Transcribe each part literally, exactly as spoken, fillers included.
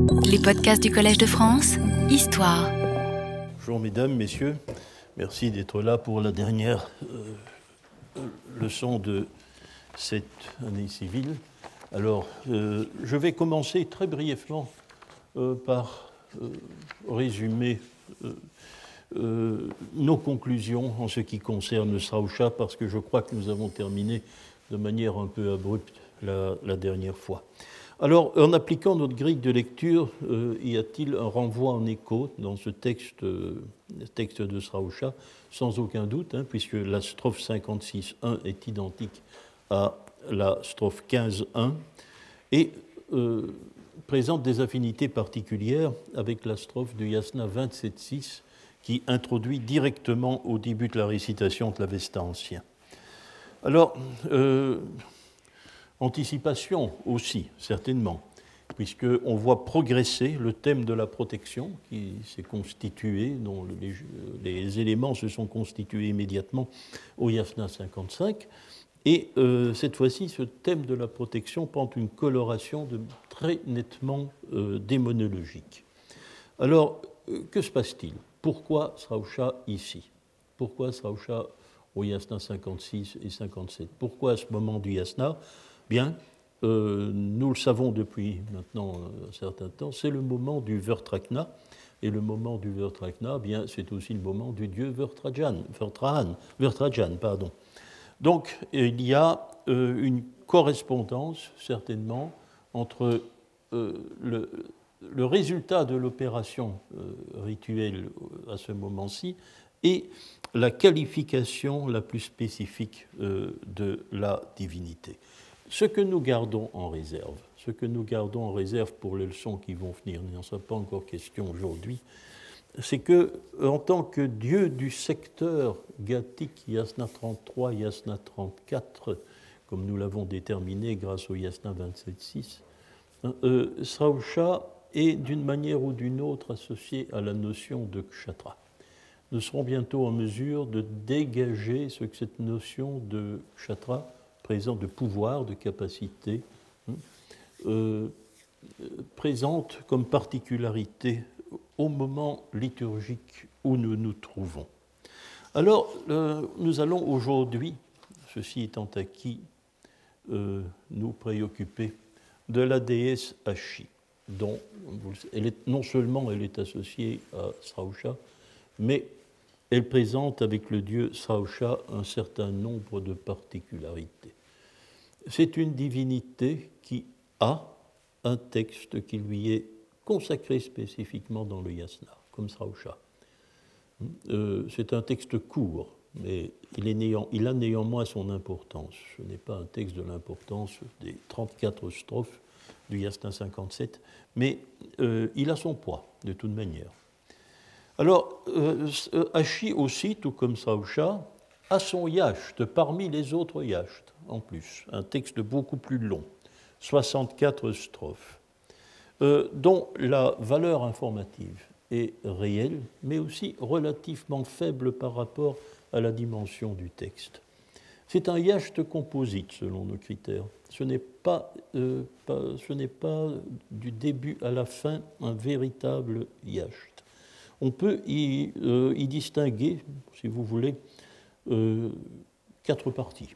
Les podcasts du Collège de France, Histoire. Bonjour mesdames, messieurs, merci d'être là pour la dernière euh, leçon de cette année civile. Alors, euh, je vais commencer très brièvement euh, par euh, résumer euh, euh, nos conclusions en ce qui concerne le Sraosha, parce que je crois que nous avons terminé de manière un peu abrupte la, la dernière fois. Alors, en appliquant notre grille de lecture, euh, y a-t-il un renvoi en écho dans ce texte, euh, texte de Sraosha? Sans aucun doute, hein, puisque la strophe cinquante-six un est identique à la strophe quinze un et euh, présente des affinités particulières avec la strophe du Yasna vingt-sept six qui introduit directement au début de la récitation de l'Avesta ancien. Alors, euh, anticipation aussi, certainement, puisqu'on voit progresser le thème de la protection qui s'est constitué, dont les, les éléments se sont constitués immédiatement au Yasna cinquante-cinq, et euh, cette fois-ci, ce thème de la protection prend une coloration de, très nettement euh, démonologique. Alors, euh, que se passe-t-il? Pourquoi Sraosha ici? Pourquoi Sraosha au Yasna cinquante-six et cinquante-sept? Pourquoi à ce moment du Yasna? Bien, euh, nous le savons depuis maintenant un certain temps, c'est le moment du Vertrakna, et le moment du Vertrakna, bien, c'est aussi le moment du dieu Vertrajan, Vertrahan, Vertrajan, pardon. Donc, il y a euh, une correspondance, certainement, entre euh, le, le résultat de l'opération euh, rituelle à ce moment-ci et la qualification la plus spécifique euh, de la divinité. Ce que nous gardons en réserve, ce que nous gardons en réserve pour les leçons qui vont venir, il n'en sera pas encore question aujourd'hui, c'est que, en tant que dieu du secteur gathique Yasna trente-trois, Yasna trente-quatre, comme nous l'avons déterminé grâce au Yasna vingt-sept six, euh, Sraosha est d'une manière ou d'une autre associé à la notion de kshatra. Nous serons bientôt en mesure de dégager ce que cette notion de kshatra présente, de pouvoir, de capacité, euh, présente comme particularité au moment liturgique où nous nous trouvons. Alors, euh, nous allons aujourd'hui, ceci étant acquis, euh, nous préoccuper de la déesse Ashi, dont elle est, non seulement elle est associée à Sraosha, mais elle présente avec le dieu Sraosha un certain nombre de particularités. C'est une divinité qui a un texte qui lui est consacré spécifiquement dans le Yasna, comme Sraosha. Euh, c'est un texte court, mais il, est néant, il a néanmoins son importance. Ce n'est pas un texte de l'importance des trente-quatre strophes du Yasna cinquante-sept, mais euh, il a son poids, de toute manière. Alors, euh, Ashi aussi, tout comme Sraosha, a son yasht parmi les autres yashts, en plus, un texte beaucoup plus long, soixante-quatre strophes, euh, dont la valeur informative est réelle, mais aussi relativement faible par rapport à la dimension du texte. C'est un yasht composite, selon nos critères. Ce n'est pas, euh, pas, ce n'est pas du début à la fin un véritable yasht. On peut y, euh, y distinguer, si vous voulez, euh, quatre parties,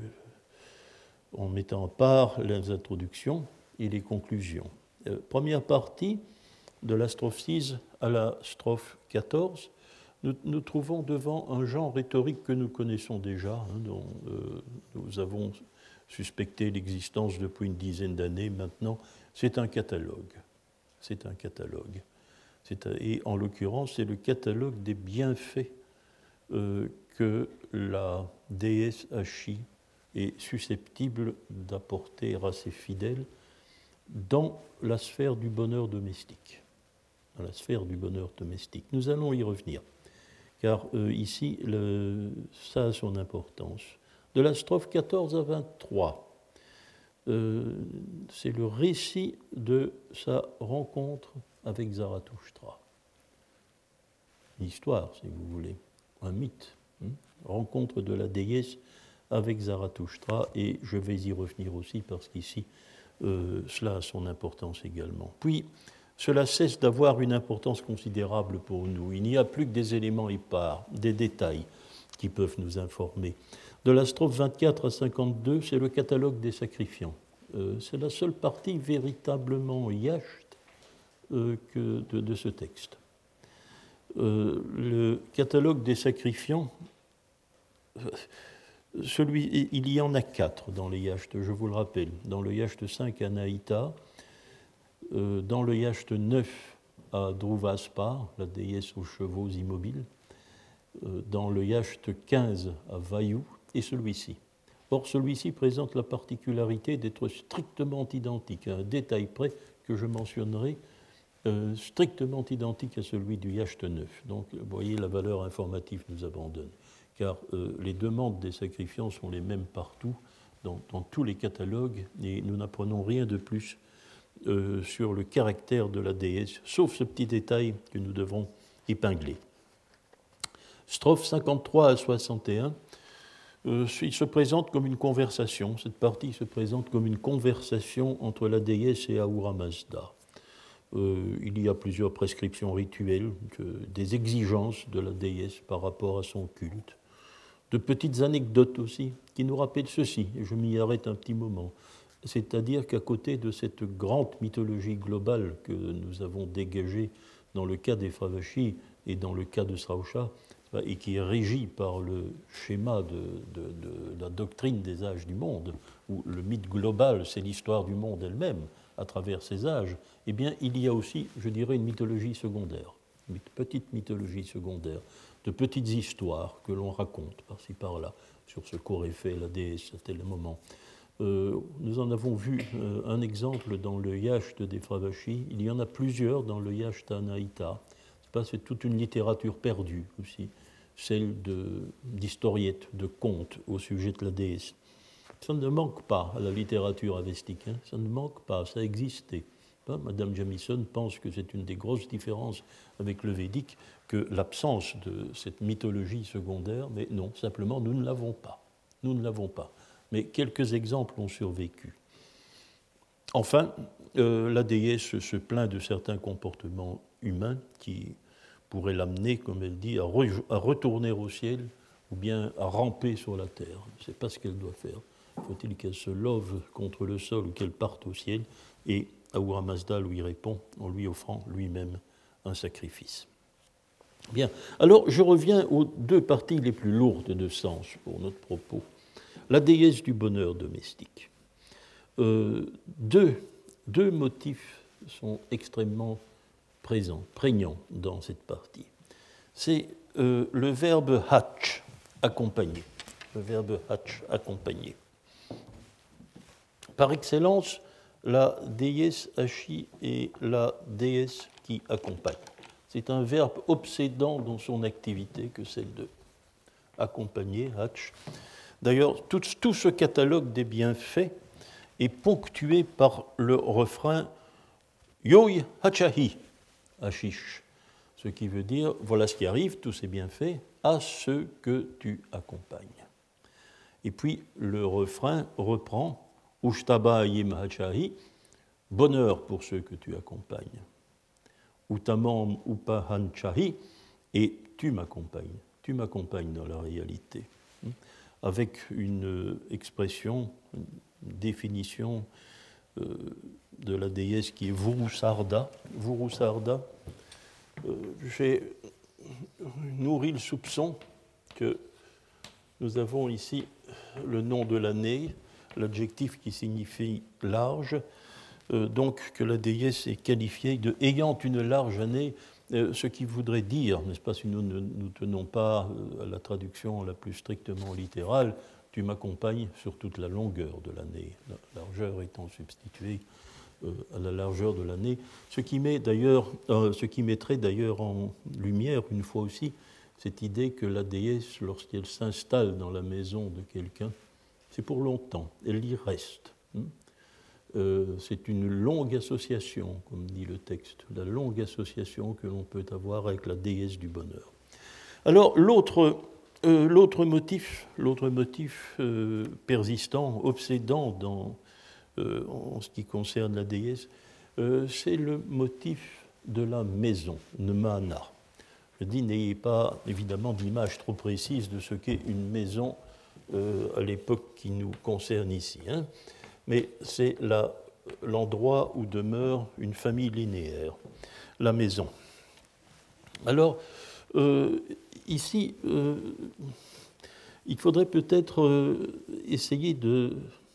en mettant à part les introductions et les conclusions. Euh, première partie, de la strophe six à la strophe quatorze, nous nous trouvons devant un genre rhétorique que nous connaissons déjà, hein, dont euh, nous avons suspecté l'existence depuis une dizaine d'années maintenant. C'est un catalogue. C'est un catalogue. C'est, et en l'occurrence, c'est le catalogue des bienfaits euh, que la déesse Ashi est susceptible d'apporter à ses fidèles dans la sphère du bonheur domestique. Dans la sphère du bonheur domestique. Nous allons y revenir, car euh, ici, le, ça a son importance. De la strophe quatorze à vingt-trois, euh, c'est le récit de sa rencontre avec Zarathustra. Une histoire, si vous voulez, un mythe. Hein, rencontre de la déesse avec Zarathustra, et je vais y revenir aussi, parce qu'ici, euh, cela a son importance également. Puis, cela cesse d'avoir une importance considérable pour nous. Il n'y a plus que des éléments épars, des détails qui peuvent nous informer. De la strophe vingt-quatre à cinquante-deux, c'est le catalogue des sacrifiants. Euh, c'est la seule partie véritablement yachte euh, que de, de ce texte. Euh, le catalogue des sacrifiants, celui, il y en a quatre dans les yachts, je vous le rappelle. Dans le yacht cinq à Naïta, euh, dans le yacht neuf à Dhruvaspar, la déesse aux chevaux immobiles, euh, dans le yacht quinze à Vayu, et celui-ci. Or, celui-ci présente la particularité d'être strictement identique, à un détail près que je mentionnerai, euh, strictement identique à celui du yacht neuf. Donc, vous voyez, la valeur informative nous abandonne, car euh, les demandes des sacrifiants sont les mêmes partout, dans, dans tous les catalogues, et nous n'apprenons rien de plus euh, sur le caractère de la déesse, sauf ce petit détail que nous devrons épingler. Strophes cinquante-trois à soixante et un, euh, il se présente comme une conversation, cette partie se présente comme une conversation entre la déesse et Ahura Mazda. Euh, il y a plusieurs prescriptions rituelles, que, des exigences de la déesse par rapport à son culte, de petites anecdotes aussi, qui nous rappellent ceci, et je m'y arrête un petit moment, c'est-à-dire qu'à côté de cette grande mythologie globale que nous avons dégagée dans le cas des Fravashis et dans le cas de Sraosha, et qui est régi par le schéma de, de, de la doctrine des âges du monde, où le mythe global, c'est l'histoire du monde elle-même, à travers ces âges, eh bien, il y a aussi, je dirais, une mythologie secondaire, une petite mythologie secondaire, de petites histoires que l'on raconte par-ci par-là, sur ce qu'aurait fait la déesse à tel moment. Euh, nous en avons vu euh, un exemple dans le yacht des Fravashis, il y en a plusieurs dans le yacht Anaïta. C'est toute une littérature perdue aussi, celle de, d'historiettes, de contes au sujet de la déesse. Ça ne manque pas à la littérature avestique, hein, ça ne manque pas, ça existait. Hein, Madame Jamieson pense que c'est une des grosses différences avec le védique, que l'absence de cette mythologie secondaire, mais non, simplement nous ne l'avons pas. Nous ne l'avons pas. Mais quelques exemples ont survécu. Enfin, euh, la déesse se plaint de certains comportements humains qui pourraient l'amener, comme elle dit, à, re- à retourner au ciel ou bien à ramper sur la terre. Ce n'est pas ce qu'elle doit faire. Faut-il qu'elle se love contre le sol ou qu'elle parte au ciel? Et Ahura Mazda lui répond en lui offrant lui-même un sacrifice. Bien, alors je reviens aux deux parties les plus lourdes de sens pour notre propos. La déesse du bonheur domestique. Euh, deux, deux motifs sont extrêmement présents, prégnants dans cette partie. C'est euh, le verbe hatch, accompagner. Le verbe hatch, accompagner. Par excellence, la déesse Hachi est la déesse qui accompagne. C'est un verbe obsédant dans son activité que celle de accompagner, hatch. D'ailleurs, tout, tout ce catalogue des bienfaits est ponctué par le refrain Yoy Hachahi, Hashish, ce qui veut dire voilà ce qui arrive, tous ces bienfaits, à ceux que tu accompagnes. Et puis le refrain reprend Ushtaba Yim Hachahi, bonheur pour ceux que tu accompagnes. Utamam Upahanchahi, et tu m'accompagnes, tu m'accompagnes dans la réalité. Avec une expression, une définition euh, de la déesse qui est Vurusarda. Vurusarda, euh, j'ai nourri le soupçon que nous avons ici le nom de l'année, l'adjectif qui signifie large, euh, donc que la déesse est qualifiée de ayant une large année, euh, ce qui voudrait dire, n'est-ce pas, si nous ne nous tenons pas à la traduction la plus strictement littérale, tu m'accompagnes sur toute la longueur de l'année, la largeur étant substituée euh, à la largeur de l'année, ce qui met d'ailleurs, euh, ce qui mettrait d'ailleurs en lumière une fois aussi cette idée que la déesse, lorsqu'elle s'installe dans la maison de quelqu'un, c'est pour longtemps, elle y reste. Euh, c'est une longue association, comme dit le texte, la longue association que l'on peut avoir avec la déesse du bonheur. Alors l'autre, euh, l'autre motif, l'autre motif euh, persistant, obsédant dans, euh, en ce qui concerne la déesse, euh, c'est le motif de la maison, Nmana. Je dis, n'ayez pas évidemment d'image trop précise de ce qu'est une maison euh, à l'époque qui nous concerne ici, hein. Mais c'est la, l'endroit où demeure une famille linéaire, la maison. Alors, euh, ici, euh, il faudrait peut-être euh, essayer de,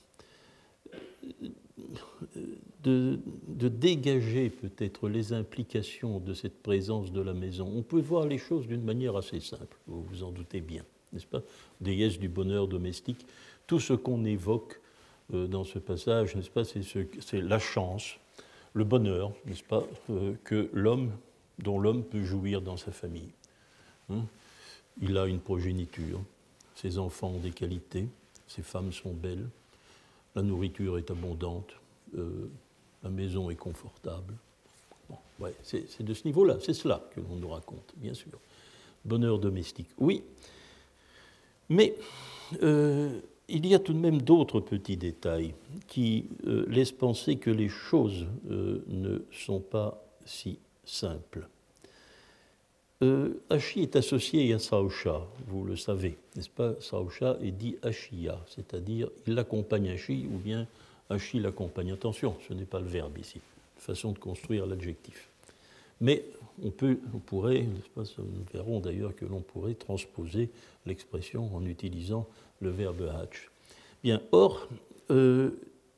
de, de dégager peut-être les implications de cette présence de la maison. On peut voir les choses d'une manière assez simple, vous vous en doutez bien, n'est-ce pas? Déesse du bonheur domestique. Tout ce qu'on évoque euh, dans ce passage, n'est-ce pas, c'est, ce, c'est la chance, le bonheur, n'est-ce pas, euh, que l'homme, dont l'homme peut jouir dans sa famille. Hein? Il a une progéniture, ses enfants ont des qualités, ses femmes sont belles, la nourriture est abondante, euh, la maison est confortable. Bon, ouais, c'est, c'est de ce niveau-là, c'est cela que l'on nous raconte, bien sûr. Bonheur domestique, oui. Mais euh, il y a tout de même d'autres petits détails qui euh, laissent penser que les choses euh, ne sont pas si simples. Euh, Ashi est associé à Saosha, vous le savez, n'est-ce pas? Saosha est dit Ashiya, c'est-à-dire il accompagne Ashi ou bien Ashi l'accompagne. Attention, ce n'est pas le verbe ici, une façon de construire l'adjectif. Mais on, peut, on pourrait, n'est-ce pas, nous verrons d'ailleurs que l'on pourrait transposer l'expression en utilisant le verbe hach. Bien, or, euh,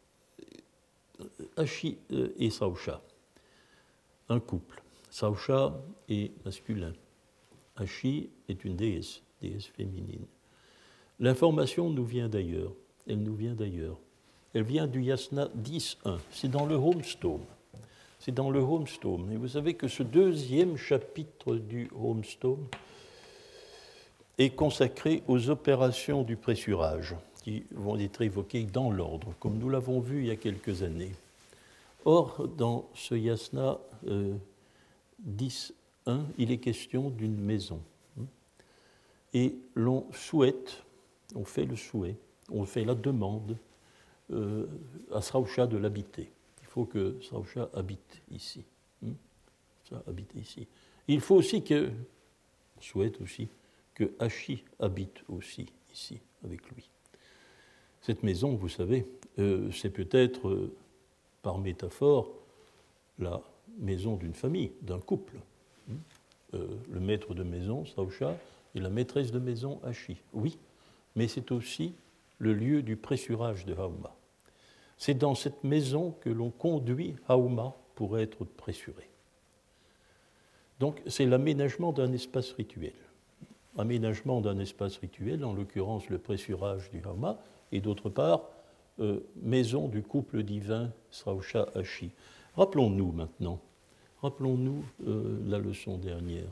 Ashi et Saosha, un couple. Saosha est masculin. Ashi est une déesse, déesse féminine. L'information nous vient d'ailleurs. Elle nous vient d'ailleurs. Elle vient du Yasna dix un. C'est dans le Homestome. C'est dans le Homestome. Et vous savez que ce deuxième chapitre du Homestome est consacré aux opérations du pressurage, qui vont être évoquées dans l'ordre, comme nous l'avons vu il y a quelques années. Or, dans ce Yasna euh, dix un, il est question d'une maison. Et l'on souhaite, on fait le souhait, on fait la demande euh, à Saosha de l'habiter. Il faut que Saosha habite ici. Ça habite ici. Il faut aussi que, on souhaite aussi, que Ashi habite aussi ici, avec lui. Cette maison, vous savez, euh, c'est peut-être, euh, par métaphore, la maison d'une famille, d'un couple. Euh, le maître de maison, Saosha, et la maîtresse de maison, Ashi. Oui, mais c'est aussi le lieu du pressurage de Hauma. C'est dans cette maison que l'on conduit Hauma pour être pressuré. Donc c'est l'aménagement d'un espace rituel. Aménagement d'un espace rituel, en l'occurrence le pressurage du Hauma, et d'autre part, euh, maison du couple divin Saosha-Ashi. Rappelons-nous maintenant, rappelons-nous euh, la leçon dernière.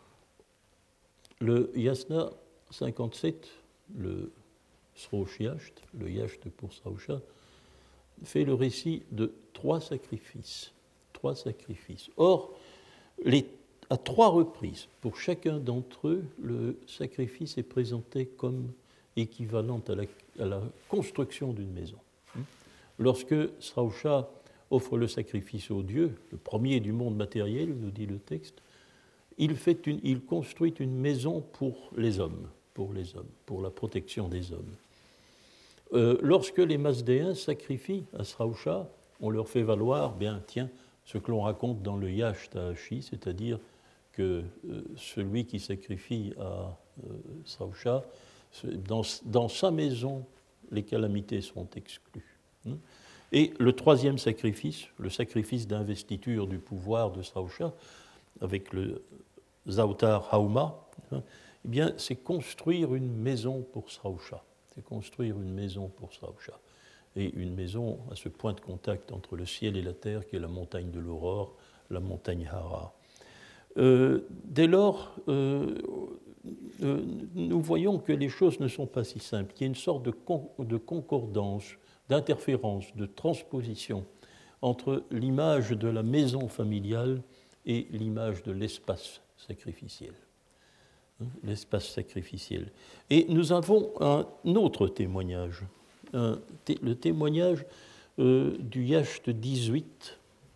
Le Yasna cinquante-sept, le Srosh Yasht, le Yasht pour Saosha, fait le récit de trois sacrifices. Trois sacrifices. Or, les, à trois reprises, pour chacun d'entre eux, le sacrifice est présenté comme équivalent à la, à la construction d'une maison. Lorsque Saosha offre le sacrifice aux dieux, le premier du monde matériel, nous dit le texte, il, fait une, il construit une maison pour les hommes, pour les hommes, pour la protection des hommes. Euh, lorsque les Masdéens sacrifient à Saosha, on leur fait valoir, bien, tiens, ce que l'on raconte dans le Yasht à Ashi, c'est-à-dire que euh, celui qui sacrifie à euh, Saosha, dans, dans sa maison, les calamités sont exclues. Hein. Et le troisième sacrifice, le sacrifice d'investiture du pouvoir de Saosha, avec le Zautar Hauma, hein, eh bien, c'est construire une maison pour Saosha. C'est construire une maison pour Saosha. Et une maison à ce point de contact entre le ciel et la terre qui est la montagne de l'aurore, la montagne Hara. Euh, dès lors, euh, euh, nous voyons que les choses ne sont pas si simples, qu'il y a une sorte de, con, de concordance, d'interférence, de transposition entre l'image de la maison familiale et l'image de l'espace sacrificiel. L'espace sacrificiel. Et nous avons un autre témoignage, un, le témoignage euh, du Yasht dix-huit,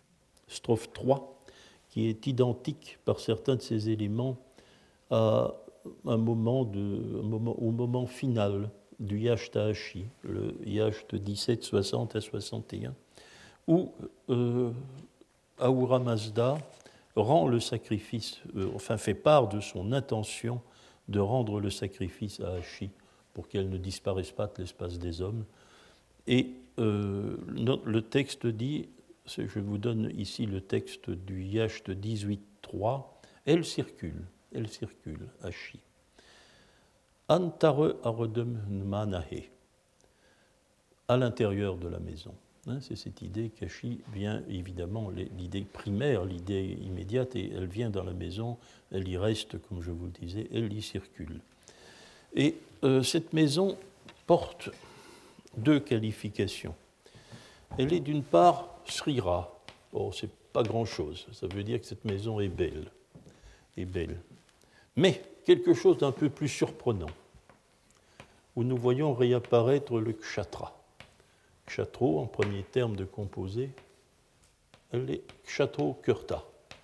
strophe trois, qui est identique par certains de ses éléments à un moment de, un moment, au moment final du Yashta Hashi, le Yashta dix-sept, soixante à soixante et un, où euh, Ahura Mazda rend le sacrifice, euh, enfin fait part de son intention de rendre le sacrifice à Hashi pour qu'elle ne disparaisse pas de l'espace des hommes. Et euh, le texte dit, je vous donne ici le texte du Yashta dix-huit trois, elle circule, elle circule, Hashi. Antare arodem manahe, à l'intérieur de la maison. Hein, c'est cette idée qu'Hashi vient, évidemment, l'idée primaire, l'idée immédiate, et elle vient dans la maison, elle y reste, comme je vous le disais, elle y circule. Et euh, cette maison porte deux qualifications. Elle est d'une part Srira. Bon, c'est pas grand-chose, ça veut dire que cette maison est belle, est belle. Mais quelque chose d'un peu plus surprenant, où nous voyons réapparaître le Kshatra. Kshatro, en premier terme de composé, elle est Kshatro Kurta.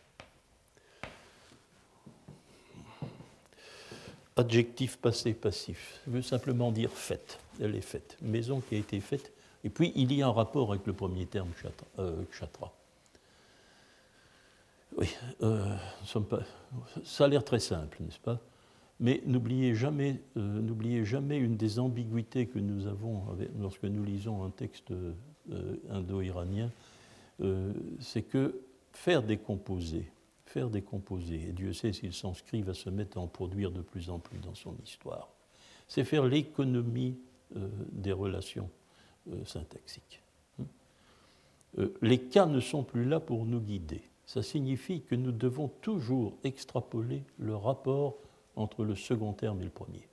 Adjectif passé passif, ça veut simplement dire faite, elle est faite, maison qui a été faite, et puis il y a un rapport avec le premier terme Kshatra. Euh, kshatra. Oui, euh, pas, ça a l'air très simple, n'est-ce pas? Mais n'oubliez jamais, euh, n'oubliez jamais une des ambiguïtés que nous avons avec, lorsque nous lisons un texte euh, indo-iranien, euh, c'est que faire des composés, faire des composés, et Dieu sait si sanskrit va se mettre à en produire de plus en plus dans son histoire, c'est faire l'économie euh, des relations euh, syntaxiques. Euh, les cas ne sont plus là pour nous guider. Ça signifie que nous devons toujours extrapoler le rapport entre le second terme et le premier.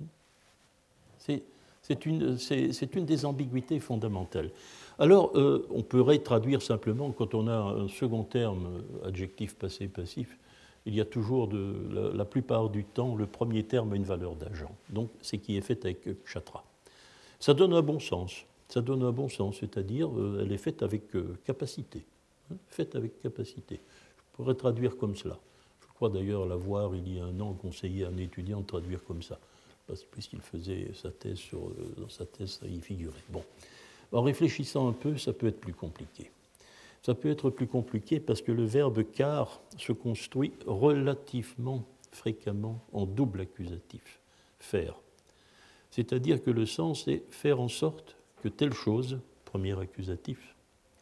C'est, c'est, une, c'est, c'est une des ambiguïtés fondamentales. Alors, euh, on pourrait traduire simplement, quand on a un second terme, adjectif passé passif, il y a toujours, de, la, la plupart du temps, le premier terme a une valeur d'agent. Donc, c'est qui est fait avec Kshatra. Ça donne un bon sens. Ça donne un bon sens, c'est-à-dire, euh, elle est faite avec euh, capacité. Hein, faite avec capacité. Je pourrais traduire comme cela. Je crois d'ailleurs l'avoir, il y a un an, conseillé à un étudiant de traduire comme ça, parce, puisqu'il faisait sa thèse sur, dans sa thèse, ça y figurait. Bon. En réfléchissant un peu, ça peut être plus compliqué. Ça peut être plus compliqué parce que le verbe car se construit relativement fréquemment en double accusatif, faire. C'est-à-dire que le sens est faire en sorte que telle chose, premier accusatif,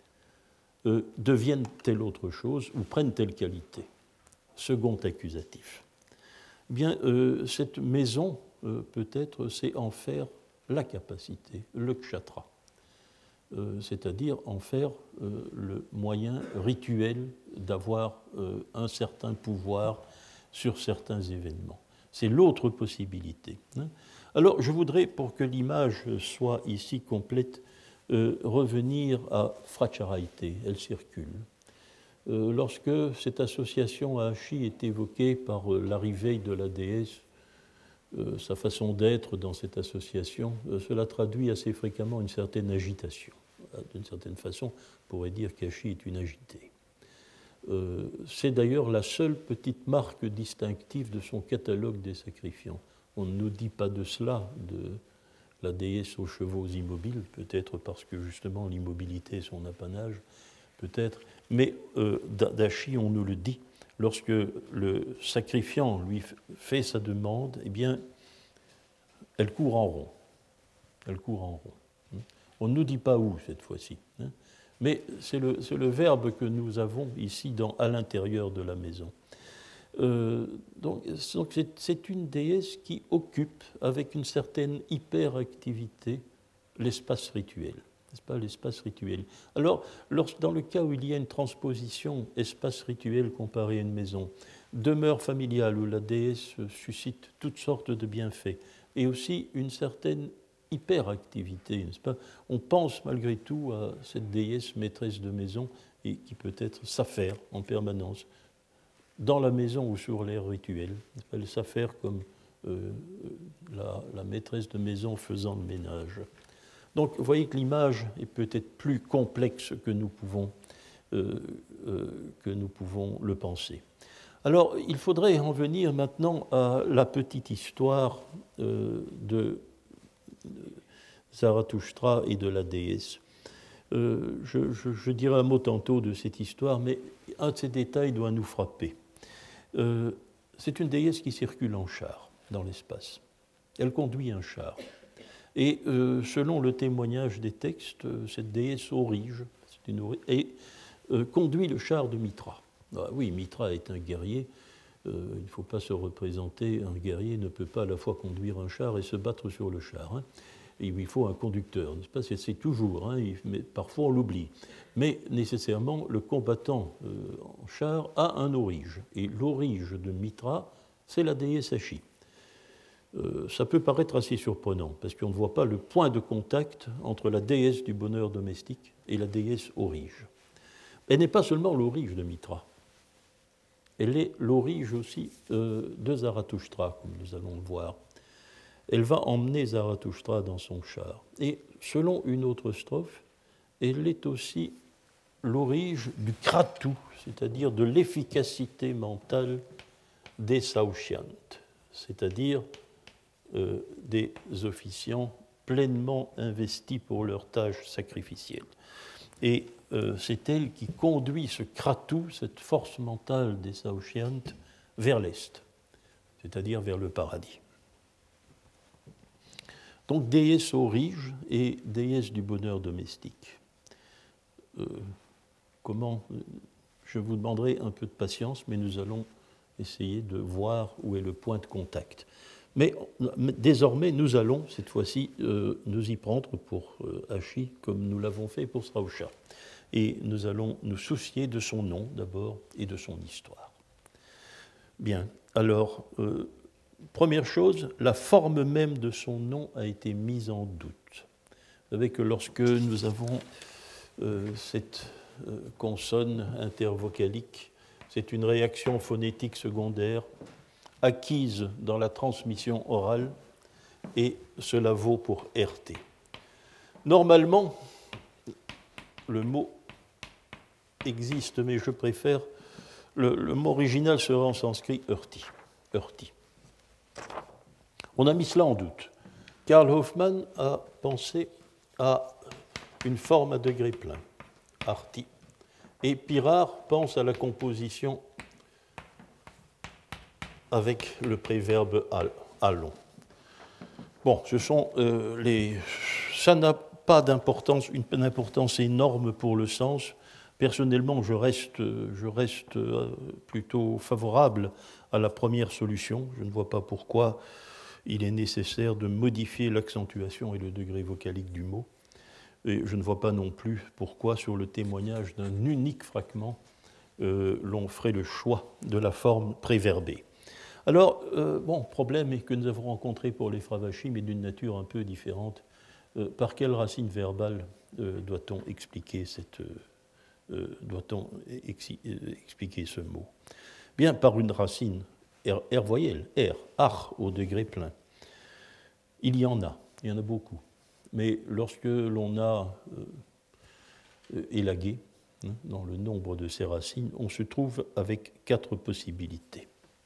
euh, devienne telle autre chose ou prenne telle qualité. Second accusatif. Eh bien, euh, cette maison, euh, peut-être, c'est en faire la capacité, le kshatra, euh, c'est-à-dire en faire euh, le moyen rituel d'avoir euh, un certain pouvoir sur certains événements. C'est l'autre possibilité. Hein. Alors, je voudrais, pour que l'image soit ici complète, euh, revenir à Fracharaite, elle circule. Euh, lorsque cette association à Hashi est évoquée par euh, l'arrivée de la déesse, euh, sa façon d'être dans cette association, euh, cela traduit assez fréquemment une certaine agitation. D'une certaine façon, on pourrait dire qu'Hashi est une agitée. Euh, c'est d'ailleurs la seule petite marque distinctive de son catalogue des sacrifiants. On ne nous dit pas de cela, de la déesse aux chevaux immobiles, peut-être parce que justement l'immobilité est son apanage, peut-être, mais euh, d'Hashi, on nous le dit. Lorsque le sacrifiant lui fait sa demande, eh bien, elle court en rond. Elle court en rond. On ne nous dit pas où cette fois-ci, hein, mais c'est le, c'est le verbe que nous avons ici dans, à l'intérieur de la maison. Euh, donc, donc c'est, c'est une déesse qui occupe avec une certaine hyperactivité l'espace rituel. N'est-ce pas, l'espace rituel. Alors, lorsque, dans le cas où il y a une transposition espace rituel comparé à une maison, demeure familiale où la déesse suscite toutes sortes de bienfaits, et aussi une certaine hyperactivité, n'est-ce pas? On pense malgré tout à cette déesse maîtresse de maison et qui peut être s'affaire en permanence, dans la maison ou sur l'air rituel. Elle s'affaire comme euh, la, la maîtresse de maison faisant le ménage. Donc, vous voyez que l'image est peut-être plus complexe que nous pouvons euh, euh, que nous pouvons le penser. Alors, il faudrait en venir maintenant à la petite histoire euh, de Zarathustra et de la déesse. Euh, je, je, je dirai un mot tantôt de cette histoire, mais un de ces détails doit nous frapper. Euh, c'est une déesse qui circule en char dans l'espace. Elle conduit un char. Et euh, selon le témoignage des textes, cette déesse Aurige c'est une, et, euh, conduit le char de Mitra. Ah, oui, Mitra est un guerrier. Euh, il ne faut pas se représenter, un guerrier ne peut pas à la fois conduire un char et se battre sur le char. Hein. Et il faut un conducteur, n'est-ce pas? C'est toujours, hein, mais parfois on l'oublie. Mais nécessairement, le combattant euh, en char a un aurige. Et l'aurige de Mitra, c'est la déesse Ashi. Euh, ça peut paraître assez surprenant, parce qu'on ne voit pas le point de contact entre la déesse du bonheur domestique et la déesse aurige. Elle n'est pas seulement l'aurige de Mitra, elle est l'aurige aussi euh, de Zarathustra, comme nous allons le voir. Elle va emmener Zarathustra dans son char. Et selon une autre strophe, elle est aussi l'aurige du kratou, c'est-à-dire de l'efficacité mentale des saushyants, c'est-à-dire euh, des officiants pleinement investis pour leurs tâches sacrificielles. Et euh, c'est elle qui conduit ce kratou, cette force mentale des saushyants, vers l'est, c'est-à-dire vers le paradis. Donc, déesse aurige et déesse du bonheur domestique. Euh, comment Je vous demanderai un peu de patience, mais nous allons essayer de voir où est le point de contact. Mais désormais, nous allons, cette fois-ci, euh, nous y prendre pour euh, Ashi, comme nous l'avons fait pour Srausha. Et nous allons nous soucier de son nom, d'abord, et de son histoire. Bien, alors... Euh, Première chose, la forme même de son nom a été mise en doute. Vous savez que lorsque nous avons euh, cette euh, consonne intervocalique, c'est une réaction phonétique secondaire acquise dans la transmission orale et cela vaut pour R T. Normalement, le mot existe, mais je préfère, le, le mot original sera en sanskrit Urti. Urti. On a mis cela en doute. Karl Hoffmann a pensé à une forme à degré plein, arti, et Pirard pense à la composition avec le préverbe allons. Bon, ce sont euh, les. Ça n'a pas d'importance, une importance énorme pour le sens. Personnellement, je reste, je reste plutôt favorable à la première solution. Je ne vois pas pourquoi il est nécessaire de modifier l'accentuation et le degré vocalique du mot. Et je ne vois pas non plus pourquoi, sur le témoignage d'un unique fragment, euh, l'on ferait le choix de la forme préverbée. Alors, euh, bon, problème est que nous avons rencontré pour les Fravashis, mais d'une nature un peu différente. Euh, par quelle racine verbale euh, doit-on expliquer cette, euh, doit-on ex- expliquer ce mot? Bien, par une racine R, R voyelle, R, ar au degré plein. Il y en a, il y en a beaucoup. Mais lorsque l'on a euh, élagué hein, dans le nombre de ces racines, on se trouve avec quatre possibilités.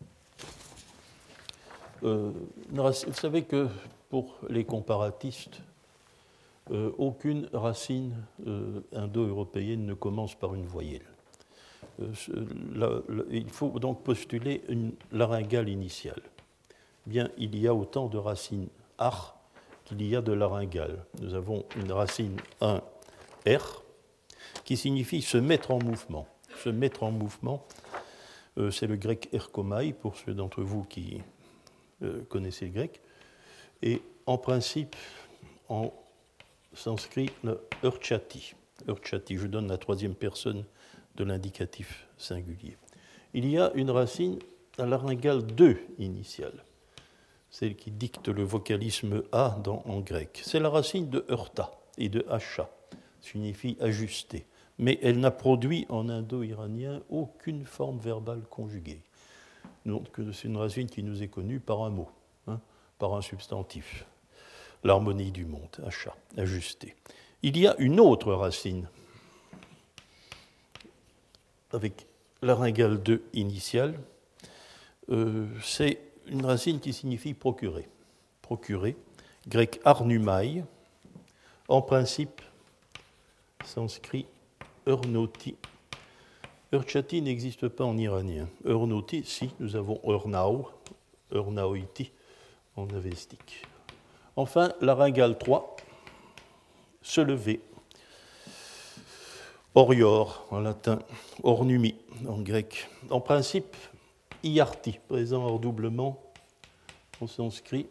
Euh, vous savez que pour les comparatistes, euh, aucune racine euh, indo-européenne ne commence par une voyelle. Euh, la, la, il faut donc postuler une laryngale initiale. Bien, il y a autant de racines ar qu'il y a de laryngales. Nous avons une racine un R qui signifie se mettre en mouvement. Se mettre en mouvement, euh, c'est le grec erkomai pour ceux d'entre vous qui euh, connaissez le grec. Et en principe, en sanskrit, le urchati. Urchati, je donne la troisième personne de l'indicatif singulier. Il y a une racine à laryngale deux initiale, celle qui dicte le vocalisme A dans, en grec. C'est la racine de heurta et de hacha, signifie ajuster. Mais elle n'a produit en indo-iranien aucune forme verbale conjuguée. Donc c'est une racine qui nous est connue par un mot, hein, par un substantif. L'harmonie du monde, hacha, ajuster. Il y a une autre racine avec laryngale deux initiale, euh, c'est une racine qui signifie procurer. Procurer, grec arnumai, en principe, sanskrit urnoti. Urchati n'existe pas en iranien. Urnoti, si, nous avons urnau, urnaoiti en avestique. Enfin, laryngale trois, se lever. Orior en latin, ornumi en grec. En principe, iarti, présent en redoublement en sanskrit,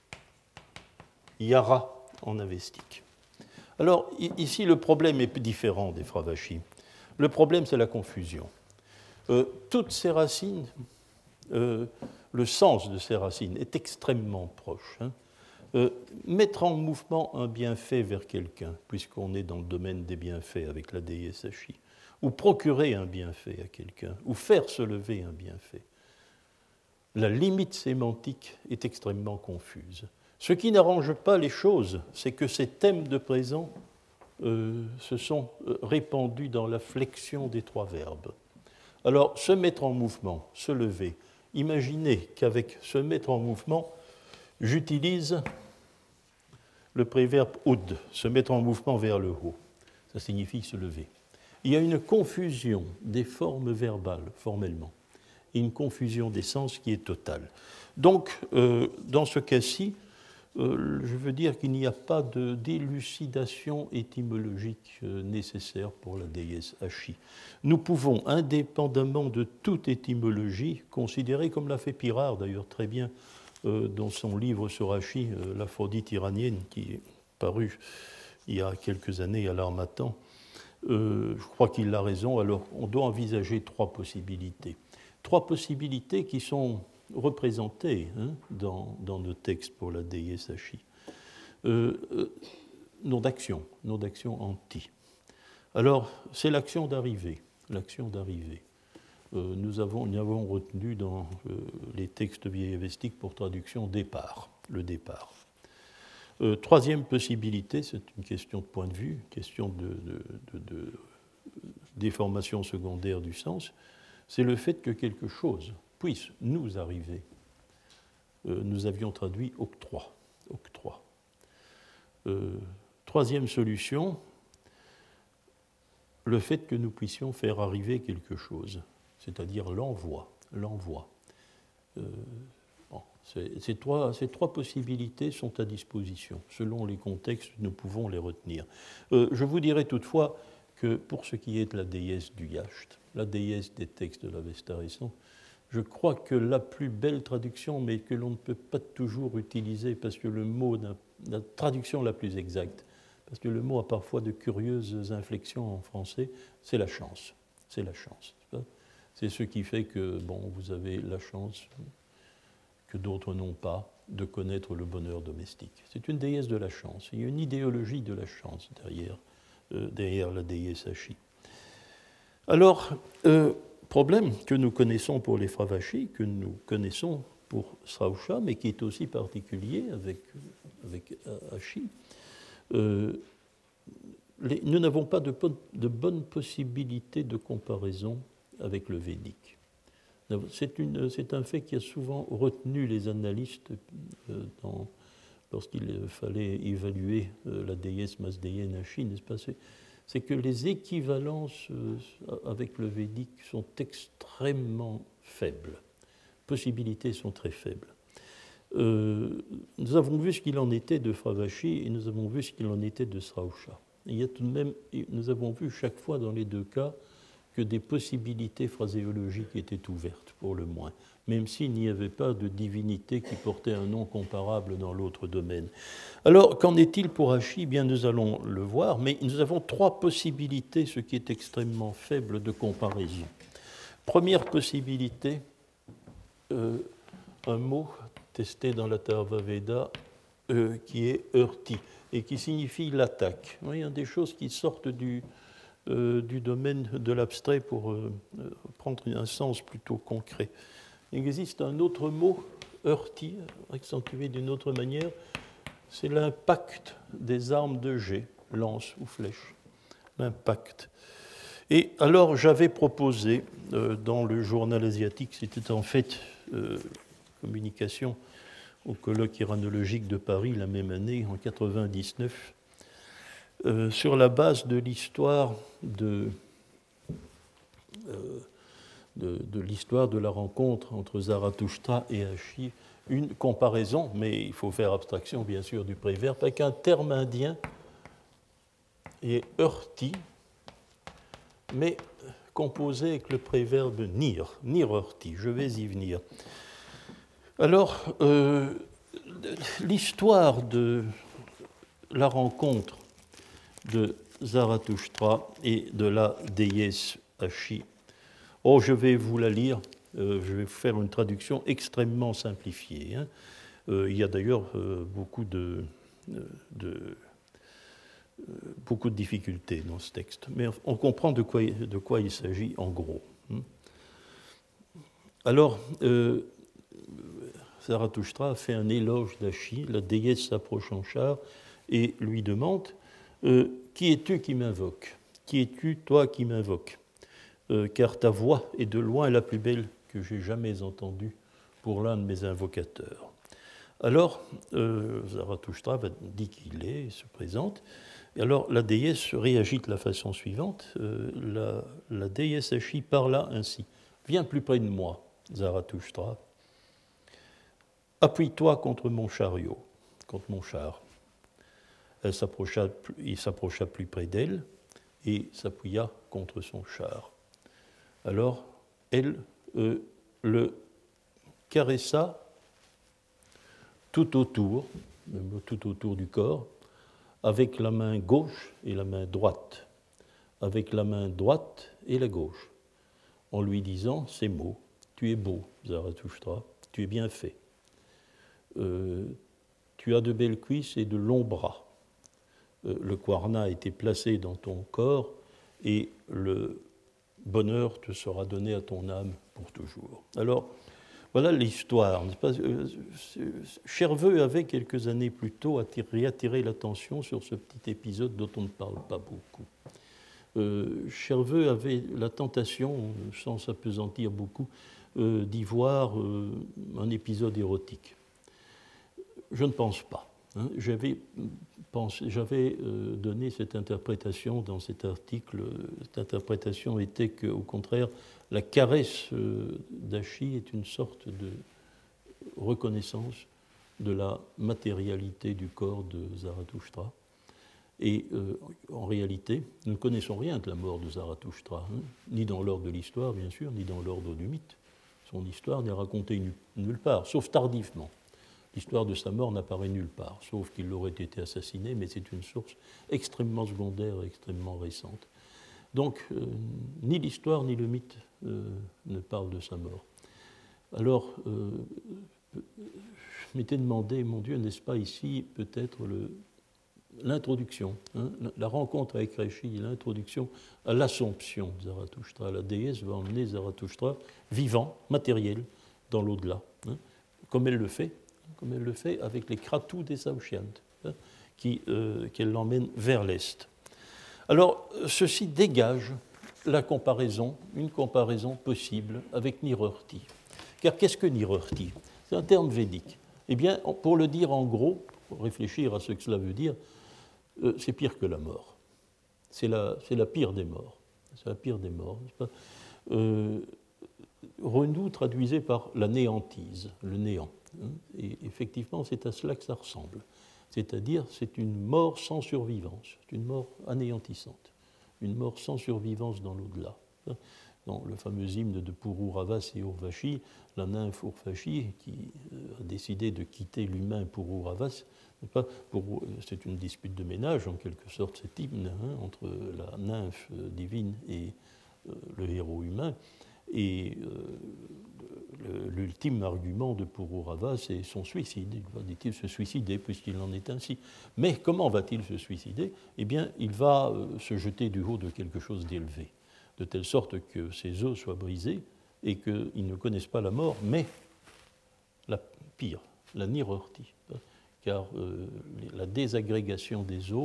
yara en avestique. Alors, ici, le problème est différent des Fravashis. Le problème, c'est la confusion. Euh, toutes ces racines, euh, le sens de ces racines est extrêmement proche. Hein. Euh, mettre en mouvement un bienfait vers quelqu'un, puisqu'on est dans le domaine des bienfaits avec la déesse Ashi, ou procurer un bienfait à quelqu'un, ou faire se lever un bienfait. La limite sémantique est extrêmement confuse. Ce qui n'arrange pas les choses, c'est que ces thèmes de présent euh, se sont répandus dans la flexion des trois verbes. Alors, se mettre en mouvement, se lever, imaginez qu'avec se mettre en mouvement, j'utilise le préverbe oud, se mettre en mouvement vers le haut. Ça signifie se lever. Il y a une confusion des formes verbales, formellement, et une confusion des sens qui est totale. Donc, euh, dans ce cas-ci, euh, je veux dire qu'il n'y a pas de d'élucidation étymologique euh, nécessaire pour la déesse Ashi. Nous pouvons, indépendamment de toute étymologie, considérer, comme l'a fait Pirard d'ailleurs très bien, Euh, dans son livre sur Ashi, euh, l'Aphrodite iranienne, qui est paru il y a quelques années à l'Harmattan, euh, je crois qu'il a raison. Alors, on doit envisager trois possibilités. Trois possibilités qui sont représentées hein, dans, dans nos textes pour la déesse Ashi. Euh, euh, nom d'action, nom d'action anti. Alors, c'est l'action d'arriver, l'action d'arriver. Euh, nous, avons, nous avons retenu dans euh, les textes vieillavestiques pour traduction départ, le départ. Euh, troisième possibilité, c'est une question de point de vue, question de, de, de, de déformation secondaire du sens, c'est le fait que quelque chose puisse nous arriver. Euh, nous avions traduit octroi. octroi. Euh, troisième solution, le fait que nous puissions faire arriver quelque chose, c'est-à-dire l'envoi. l'envoi. Euh, bon, c'est, ces, trois, ces trois possibilités sont à disposition. Selon les contextes, nous pouvons les retenir. Euh, je vous dirai toutefois que pour ce qui est de la déesse du Yacht, la déesse des textes de l'Avesta récent, je crois que la plus belle traduction, mais que l'on ne peut pas toujours utiliser parce que le mot, la traduction la plus exacte, parce que le mot a parfois de curieuses inflexions en français, c'est la chance. C'est la chance. C'est ce qui fait que bon, vous avez la chance, que d'autres n'ont pas, de connaître le bonheur domestique. C'est une déesse de la chance. Il y a une idéologie de la chance derrière, euh, derrière la déesse Ashi. Alors, euh, problème que nous connaissons pour les Fravashis, que nous connaissons pour Srausha, mais qui est aussi particulier avec, avec Ashi, euh, les, nous n'avons pas de, de bonnes possibilités de comparaison avec le védique. C'est, une, c'est un fait qui a souvent retenu les analystes euh, dans, lorsqu'il fallait évaluer euh, la déesse masdéenne Ashi, n'est-ce pas ? C'est, c'est que les équivalences euh, avec le védique sont extrêmement faibles. Les possibilités sont très faibles. Euh, nous avons vu ce qu'il en était de Fravashi et nous avons vu ce qu'il en était de Srausha. Il y a tout de même, nous avons vu chaque fois dans les deux cas que des possibilités phraséologiques étaient ouvertes, pour le moins, même s'il n'y avait pas de divinité qui portait un nom comparable dans l'autre domaine. Alors, qu'en est-il pour Ashi ? Bien, nous allons le voir, mais nous avons trois possibilités, ce qui est extrêmement faible de comparaison. Première possibilité, euh, un mot testé dans la Tharva Veda euh, qui est Urti, et qui signifie l'attaque. Il y a des choses qui sortent du... Euh, du domaine de l'abstrait pour euh, prendre un sens plutôt concret. Il existe un autre mot, heurti, accentué d'une autre manière, c'est l'impact des armes de jet, lance ou flèche. L'impact. Et alors j'avais proposé euh, dans le journal asiatique, c'était en fait euh, communication au colloque iranologique de Paris la même année, en mille neuf cent quatre-vingt-dix-neuf, euh, sur la base de l'histoire de, euh, de, de l'histoire de la rencontre entre Zarathustra et Hachi, une comparaison, mais il faut faire abstraction bien sûr du préverbe, avec un terme indien et heurti, mais composé avec le préverbe nir, nir-heurti. Je vais y venir. Alors, euh, l'histoire de la rencontre de Zarathustra et de la déesse Hachi, oh, je vais vous la lire, euh, je vais vous faire une traduction extrêmement simplifiée. Hein. Euh, il y a d'ailleurs euh, beaucoup de, de beaucoup de difficultés dans ce texte, mais on comprend de quoi, de quoi il s'agit en gros. Alors, euh, Zarathustra fait un éloge d'Hachi, la déesse s'approche en char et lui demande euh, « Qui es-tu qui m'invoque ? Qui es-tu, toi, qui m'invoque ? euh, Car ta voix est de loin la plus belle que j'ai jamais entendue pour l'un de mes invocateurs. » Alors, euh, Zarathustra dit qu'il est, il se présente. Et alors, la déesse réagit de la façon suivante. Euh, la, la déesse Hachi parla ainsi. « Viens plus près de moi, Zarathustra. Appuie-toi contre mon chariot, contre mon char. » Elle s'approcha, il s'approcha plus près d'elle et s'appuya contre son char. Alors, elle euh, le caressa tout autour, tout autour du corps, avec la main gauche et la main droite, avec la main droite et la gauche, en lui disant ces mots. « Tu es beau, Zarathustra, tu es bien fait. Euh, tu as de belles cuisses et de longs bras. Euh, le Kwarna a été placé dans ton corps et le bonheur te sera donné à ton âme pour toujours. » Alors, voilà l'histoire. Cherveux avait, quelques années plus tôt, attiré, attiré l'attention sur ce petit épisode dont on ne parle pas beaucoup. Euh, Cherveux avait la tentation, sans s'appesantir beaucoup, euh, d'y voir euh, un épisode érotique. Je ne pense pas. Hein. J'avais, pensé, j'avais euh, donné cette interprétation dans cet article. Cette interprétation était qu'au contraire, la caresse euh, d'Hachi est une sorte de reconnaissance de la matérialité du corps de Zarathustra. Et euh, en réalité, nous ne connaissons rien de la mort de Zarathustra, hein, ni dans l'ordre de l'histoire, bien sûr, ni dans l'ordre du mythe. Son histoire n'est racontée nulle part, sauf tardivement. L'histoire de sa mort n'apparaît nulle part, sauf qu'il aurait été assassiné, mais c'est une source extrêmement secondaire et extrêmement récente. Donc, euh, ni l'histoire ni le mythe euh, ne parlent de sa mort. Alors, euh, je m'étais demandé, mon Dieu, n'est-ce pas ici peut-être le, l'introduction, hein, la rencontre avec Hachi, l'introduction à l'Assomption de Zarathustra. La déesse va emmener Zarathustra vivant, matériel, dans l'au-delà, hein, comme elle le fait, comme elle le fait avec les Kratus des Saoshyants, hein, qui, euh, qu'elle l'emmène vers l'est. Alors, ceci dégage la comparaison, une comparaison possible avec Nirurti. Car qu'est-ce que Nirurti ? C'est un terme védique. Eh bien, pour le dire en gros, pour réfléchir à ce que cela veut dire, euh, c'est pire que la mort. C'est la, c'est la pire des morts. C'est la pire des morts, n'est-ce pas ? euh, Renou traduisait par la néantise, le néant. Hein, et effectivement, c'est à cela que ça ressemble. C'est-à-dire, c'est une mort sans survivance, c'est une mort anéantissante, une mort sans survivance dans l'au-delà. Dans le fameux hymne de Pururavas et Urvashi, la nymphe Urvashi, qui a décidé de quitter l'humain Pururavas, c'est une dispute de ménage, en quelque sorte, cet hymne, hein, entre la nymphe divine et euh, le héros humain. Et euh, l'ultime argument de Pururavas, c'est son suicide. Il va-t-il se suicider puisqu'il en est ainsi. Mais comment va-t-il se suicider ? Eh bien, il va euh, se jeter du haut de quelque chose d'élevé, de telle sorte que ses os soient brisés et qu'ils ne connaissent pas la mort, mais la pire, la nirurti. Car euh, la désagrégation des os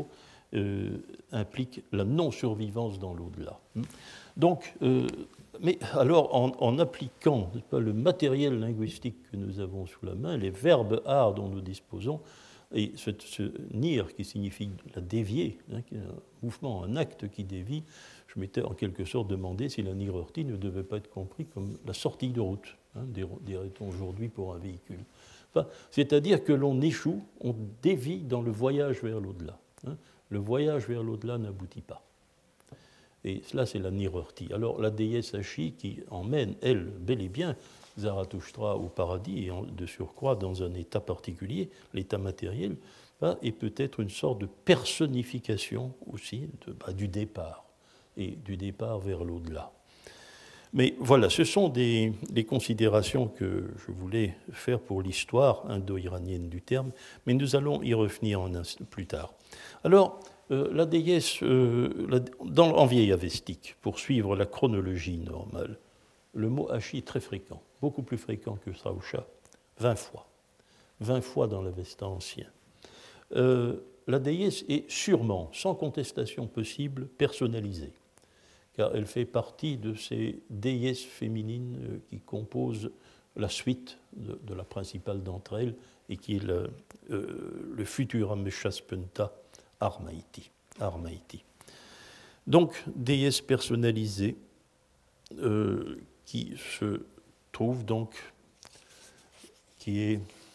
euh, implique la non-survivance dans l'au-delà. Donc, euh, mais alors, en, en appliquant n'est-ce pas, le matériel linguistique que nous avons sous la main, les verbes art dont nous disposons, et ce, ce nir qui signifie la dévier, hein, qui est un mouvement, un acte qui dévie, je m'étais en quelque sorte demandé si la nirortie ne devait pas être compris comme la sortie de route, hein, dirait-on aujourd'hui pour un véhicule. Enfin, c'est-à-dire que l'on échoue, on dévie dans le voyage vers l'au-delà. Hein. Le voyage vers l'au-delà n'aboutit pas. Et cela, c'est la nirortie. Alors, la déesse Ashi qui emmène, elle, bel et bien, Zarathustra au paradis, et de surcroît dans un état particulier, l'état matériel, bah, est peut-être une sorte de personnification aussi de, bah, du départ, et du départ vers l'au-delà. Mais voilà, ce sont des, des considérations que je voulais faire pour l'histoire indo-iranienne du terme, mais nous allons y revenir en, plus tard. Alors, euh, la déesse, euh, la, dans, en vieil avestique, pour suivre la chronologie normale, le mot Ashi est très fréquent, beaucoup plus fréquent que Srausha, vingt fois. vingt fois dans l'Avesta ancien. Euh, la déesse est sûrement, sans contestation possible, personnalisée, car elle fait partie de ces déesses féminines qui composent la suite de, de la principale d'entre elles, et qui est le, euh, le futur Ameshaspenta Armaïti. Armaïti. Donc, déesse personnalisée, euh, qui se trouve donc, qui est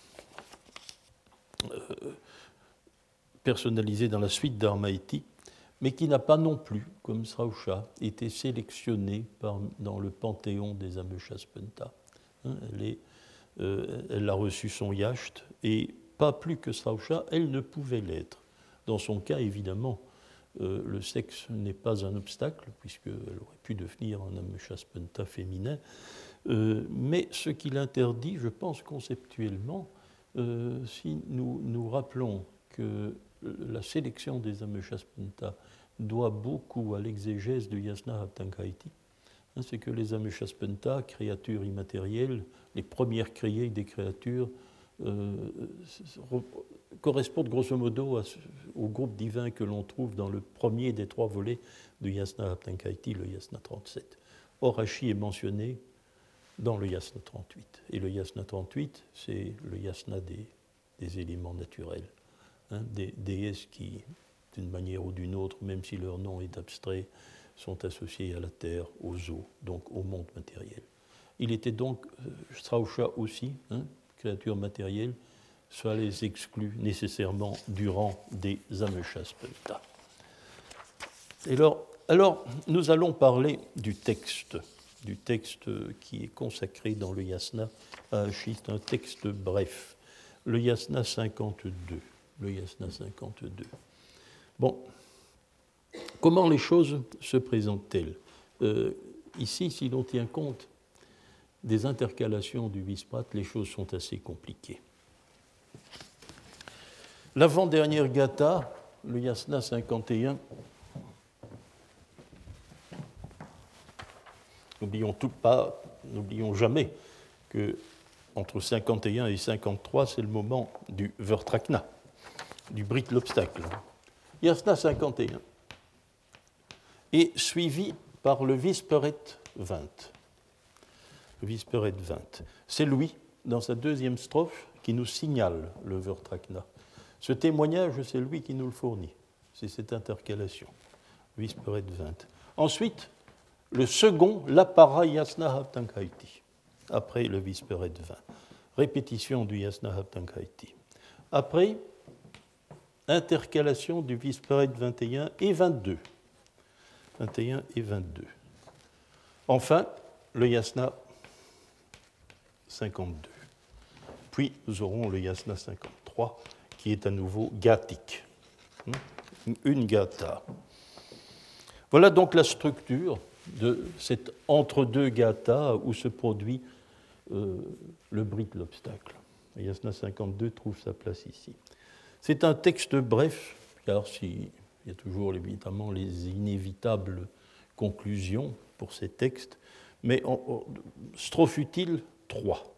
euh, personnalisée dans la suite d'Armaïti, mais qui n'a pas non plus, comme Srausha, été sélectionnée par, dans le panthéon des Ameshaspenta. Hein, elle, est, euh, elle a reçu son yacht, et pas plus que Srausha, elle ne pouvait l'être. Dans son cas, évidemment, euh, le sexe n'est pas un obstacle, puisqu'elle aurait pu devenir un Ameshaspenta féminin, euh, mais ce qui l'interdit, je pense conceptuellement, euh, si nous nous rappelons que la sélection des Ameshaspenta doit beaucoup à l'exégèse de Yasna-Haptankaiti, hein, c'est que les Ameshaspenta, créatures immatérielles, les premières créées des créatures, euh, correspondent grosso modo à, au groupe divin que l'on trouve dans le premier des trois volets de Yasna-Haptankaiti, le Yasna trente-sept. Or, Ashi est mentionné dans le Yasna trente-huit. Et le Yasna trente-huit, c'est le Yasna des, des éléments naturels. Hein, des déesses qui, d'une manière ou d'une autre, même si leur nom est abstrait, sont associées à la terre, aux eaux, donc au monde matériel. Il était donc, euh, Srausha aussi, hein, créature matérielle, ça les exclut nécessairement du rang des Ameshaspenta. Alors, alors, nous allons parler du texte, du texte qui est consacré dans le Yasna à Ashi. C'est un texte bref, le Yasna cinquante-deux. Le Yasna cinquante-deux. Bon, comment les choses se présentent-elles ? euh, Ici, si l'on tient compte des intercalations du Visprat, les choses sont assez compliquées. L'avant-dernière Gatha, le Yasna cinquante et un, n'oublions tout pas, n'oublions jamais que entre cinquante et un et cinquante-trois, c'est le moment du Vertrakna, du Brit l'obstacle. Yasna cinquante et un est suivi par le Visperet vingt. Le Visperet vingt. C'est lui, dans sa deuxième strophe, qui nous signale le Vertrakna. Ce témoignage, c'est lui qui nous le fournit. C'est cette intercalation. Visperet vingt. Ensuite, le second, l'Apara Yasna Haptankaiti, après le Visperet vingt. Répétition du Yasna Haptankaiti. Après, intercalation du Visperet vingt et un et vingt-deux. vingt et un et vingt-deux. Enfin, le Yasna cinquante-deux. Puis, nous aurons le Yasna cinquante-trois, qui est à nouveau gathique. Une gatha. Voilà donc la structure de cet entre-deux gatha où se produit euh, le Brit l'obstacle. Le Yasna cinquante-deux trouve sa place ici. C'est un texte bref, car si, il y a toujours évidemment les inévitables conclusions pour ces textes, mais en, en, strophe utile trois.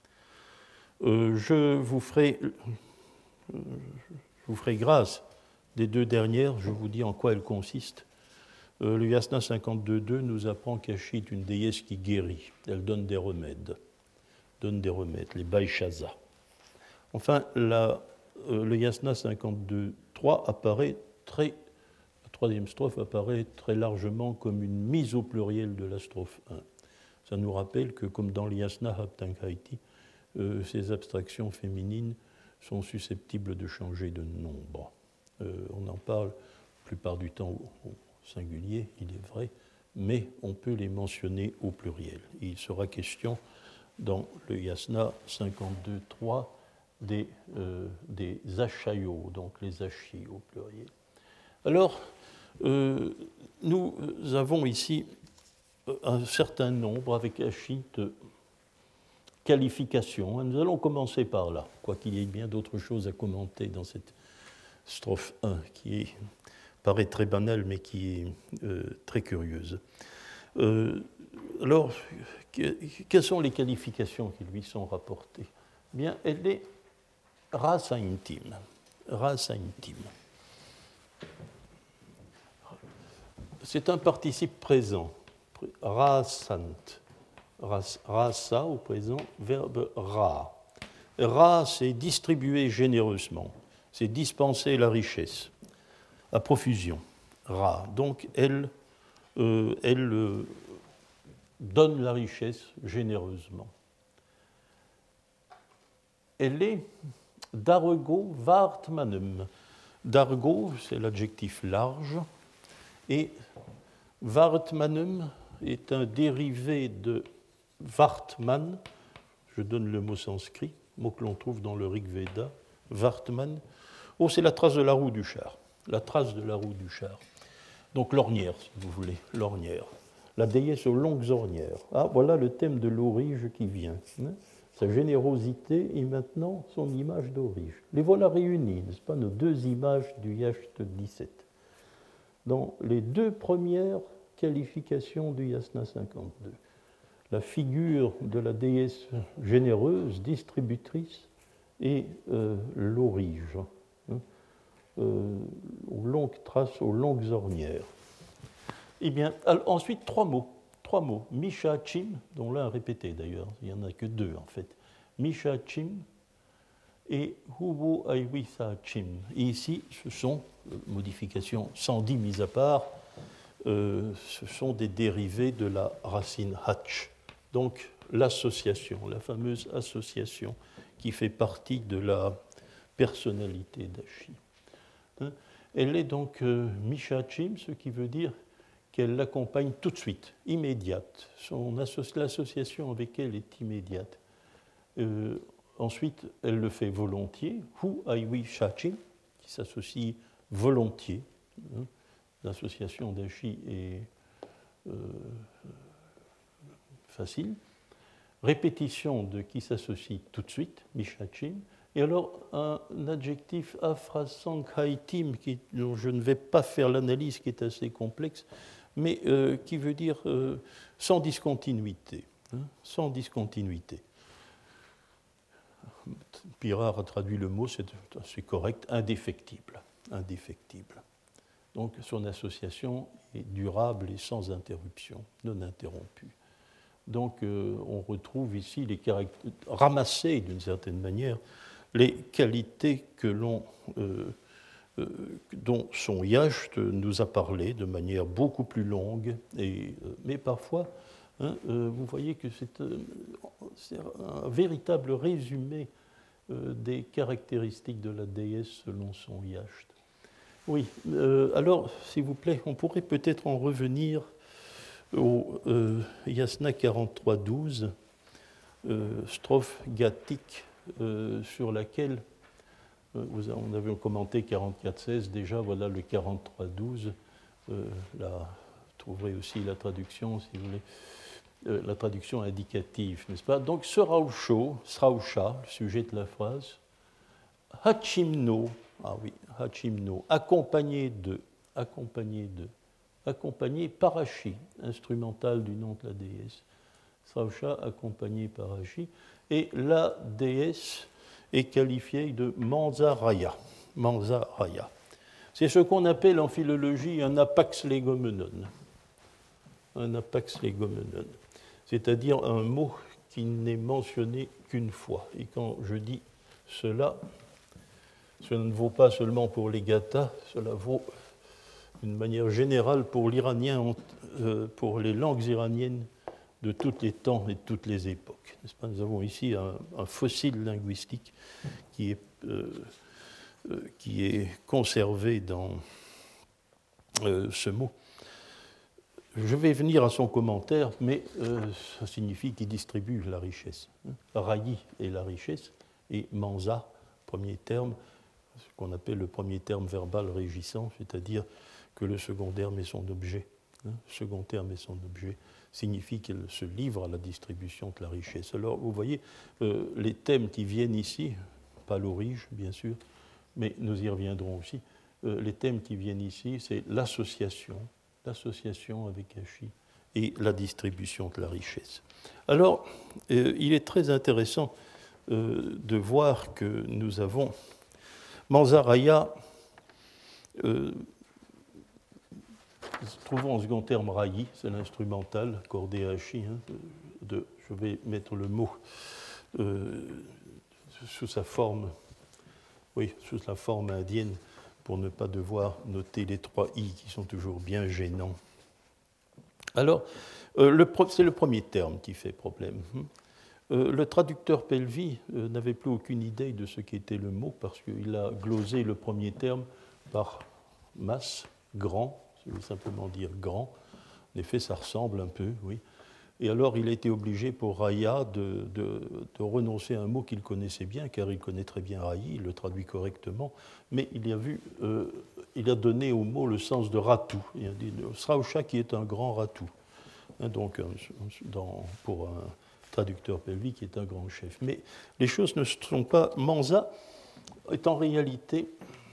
Euh, je, vous ferai, je vous ferai grâce des deux dernières, je vous dis en quoi elles consistent. Euh, le Yasna cinquante-deux deux nous apprend qu'Ashi est une déesse qui guérit. Elle donne des remèdes. Donne des remèdes, les Baishaza. Enfin, la, euh, le Yasna cinquante-deux trois apparaît très, la troisième strophe apparaît très largement comme une mise au pluriel de la strophe un. Ça nous rappelle que, comme dans le Yasna Haptankaiti, euh, ces abstractions féminines sont susceptibles de changer de nombre. Euh, on en parle la plupart du temps au, au singulier, il est vrai, mais on peut les mentionner au pluriel. Et il sera question dans le Yasna cinquante-deux trois des, euh, des achayos, donc les achis au pluriel. Alors, euh, nous avons ici un certain nombre, avec achi, de qualifications. Nous allons commencer par là, quoiqu'il y ait bien d'autres choses à commenter dans cette strophe un, qui est, paraît très banale, mais qui est euh, très curieuse. Euh, alors, que, quelles sont les qualifications qui lui sont rapportées? Eh bien, elle est rasa intime. Rasa intime. C'est un participe présent. Rasant. Ras, rasa au présent, verbe ra. Ra, c'est distribuer généreusement. C'est dispenser la richesse à profusion. Ra. Donc, elle, euh, elle euh, donne la richesse généreusement. Elle est dargo vartmanum. Dargo, c'est l'adjectif large, et vartmanum est un dérivé de vartman, je donne le mot sanskrit, mot que l'on trouve dans le Rig Veda, vartman. Oh, c'est la trace de la roue du char, la trace de la roue du char. Donc l'ornière, si vous voulez, l'ornière. La déesse aux longues ornières. Ah, voilà le thème de l'Aurige qui vient. Hein, sa générosité et maintenant son image d'Aurige. Les voilà réunis, n'est-ce pas, nos deux images du Yacht dix-sept. Dans les deux premières qualifications du Yasna cinquante-deux. La figure de la déesse généreuse, distributrice, et euh, l'Aurige, hein, euh, aux longues traces, aux longues ornières. Eh bien, alors, ensuite, trois mots. Trois mots. Misha Chim, dont l'un répété d'ailleurs, il n'y en a que deux en fait. Misha Chim et Hubo Aiwisa Chim. Et ici, ce sont, modifications cent dix mises à part, euh, ce sont des dérivés de la racine Hach. Donc, l'association, la fameuse association qui fait partie de la personnalité d'Ashi. Hein, elle est donc euh, Misha Chim, ce qui veut dire qu'elle l'accompagne tout de suite, immédiate. Son associ- l'association avec elle est immédiate. Euh, ensuite, elle le fait volontiers, Hu Aiwi Shachim, qui s'associe volontiers. Hein. L'association d'Ashi est euh, facile. Répétition de qui s'associe tout de suite, Mishachim. Et alors, un adjectif afrasankhaitim, dont je ne vais pas faire l'analyse, qui est assez complexe, mais euh, qui veut dire euh, sans discontinuité. Hein, sans discontinuité. Pirard a traduit le mot, c'est, c'est correct, indéfectible. Indéfectible. Donc son association est durable et sans interruption, non interrompue. Donc euh, on retrouve ici les caractères, ramassés d'une certaine manière, les qualités que l'on, euh, euh, dont son Yacht nous a parlé de manière beaucoup plus longue, et, euh, mais parfois, hein, euh, vous voyez que c'est, euh, c'est un véritable résumé euh, des caractéristiques de la déesse selon son Yacht. Oui, euh, alors, s'il vous plaît, on pourrait peut-être en revenir au euh, Yasna quarante-trois douze, euh, strophe gathique, euh, sur laquelle euh, vous, on avait commenté quarante-quatre seize, déjà, voilà le quarante-trois douze. Euh, là, vous trouverez aussi la traduction, si vous voulez, euh, la traduction indicative, n'est-ce pas? Donc, Srausho, Srausha, le sujet de la phrase, Hachimno, ah oui, Hachimno, accompagné de, accompagné de, accompagné par Ashi, instrumental du nom de la déesse. Srausha accompagné par Ashi. Et la déesse est qualifiée de Mansa Raya. Mansa Raya. C'est ce qu'on appelle en philologie un apax legomenon. Un apax legomenon, c'est-à-dire un mot qui n'est mentionné qu'une fois. Et quand je dis cela, cela ne vaut pas seulement pour les Gathas, cela vaut d'une manière générale pour l'iranien, euh, pour les langues iraniennes de tous les temps et de toutes les époques. N'est-ce pas ? Nous avons ici un, un fossile linguistique qui est, euh, euh, qui est conservé dans euh, ce mot. Je vais venir à son commentaire, mais euh, ça signifie qu'il distribue la richesse. Rayi est la richesse, et manza, premier terme, ce qu'on appelle le premier terme verbal régissant, c'est-à-dire que le second terme est son objet. Le second terme est son objet, signifie qu'elle se livre à la distribution de la richesse. Alors, vous voyez, euh, les thèmes qui viennent ici, pas l'orige, bien sûr, mais nous y reviendrons aussi, euh, les thèmes qui viennent ici, c'est l'association, l'association avec Hachi et la distribution de la richesse. Alors, euh, il est très intéressant euh, de voir que nous avons Mansa Raya, euh, trouvons en second terme Rayi, c'est l'instrumental, accordé à Hachi, hein, de, de, je vais mettre le mot euh, sous sa forme, oui, sous la forme indienne, pour ne pas devoir noter les trois i qui sont toujours bien gênants. Alors, euh, le, c'est le premier terme qui fait problème. Euh, le traducteur Pelvi euh, n'avait plus aucune idée de ce qu'était le mot parce qu'il a glosé le premier terme par masse, grand, ça veut simplement dire grand. En effet, ça ressemble un peu, oui. Et alors, il a été obligé pour Raya de, de, de renoncer à un mot qu'il connaissait bien, car il connaît très bien Rayi, il le traduit correctement, mais il a, vu, euh, il a donné au mot le sens de ratou. Il a dit Srausha qui est un grand ratou. Hein, donc, dans, pour un traducteur Pelvi qui est un grand chef. Mais les choses ne sont pas. Mansa est en réalité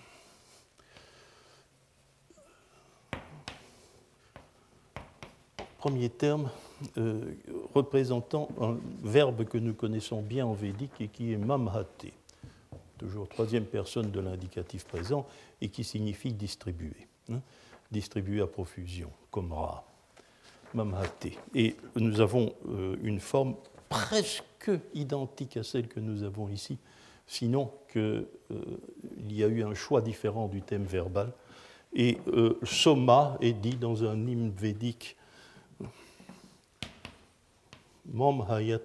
premier terme euh, représentant un verbe que nous connaissons bien en védique et qui est mamhate, toujours troisième personne de l'indicatif présent, et qui signifie distribuer, hein, distribuer à profusion, comme ra, mamhate. Et nous avons euh, une forme presque identique à celle que nous avons ici, sinon qu'il euh, y a eu un choix différent du thème verbal. Et euh, soma est dit dans un hymne védique Mamhayat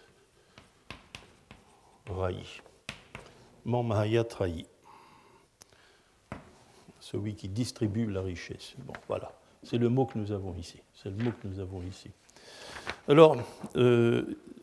Rayi. Mamhayat Rayi. Celui qui distribue la richesse. Bon, voilà. C'est le mot que nous avons ici. C'est le mot que nous avons ici. Alors, euh,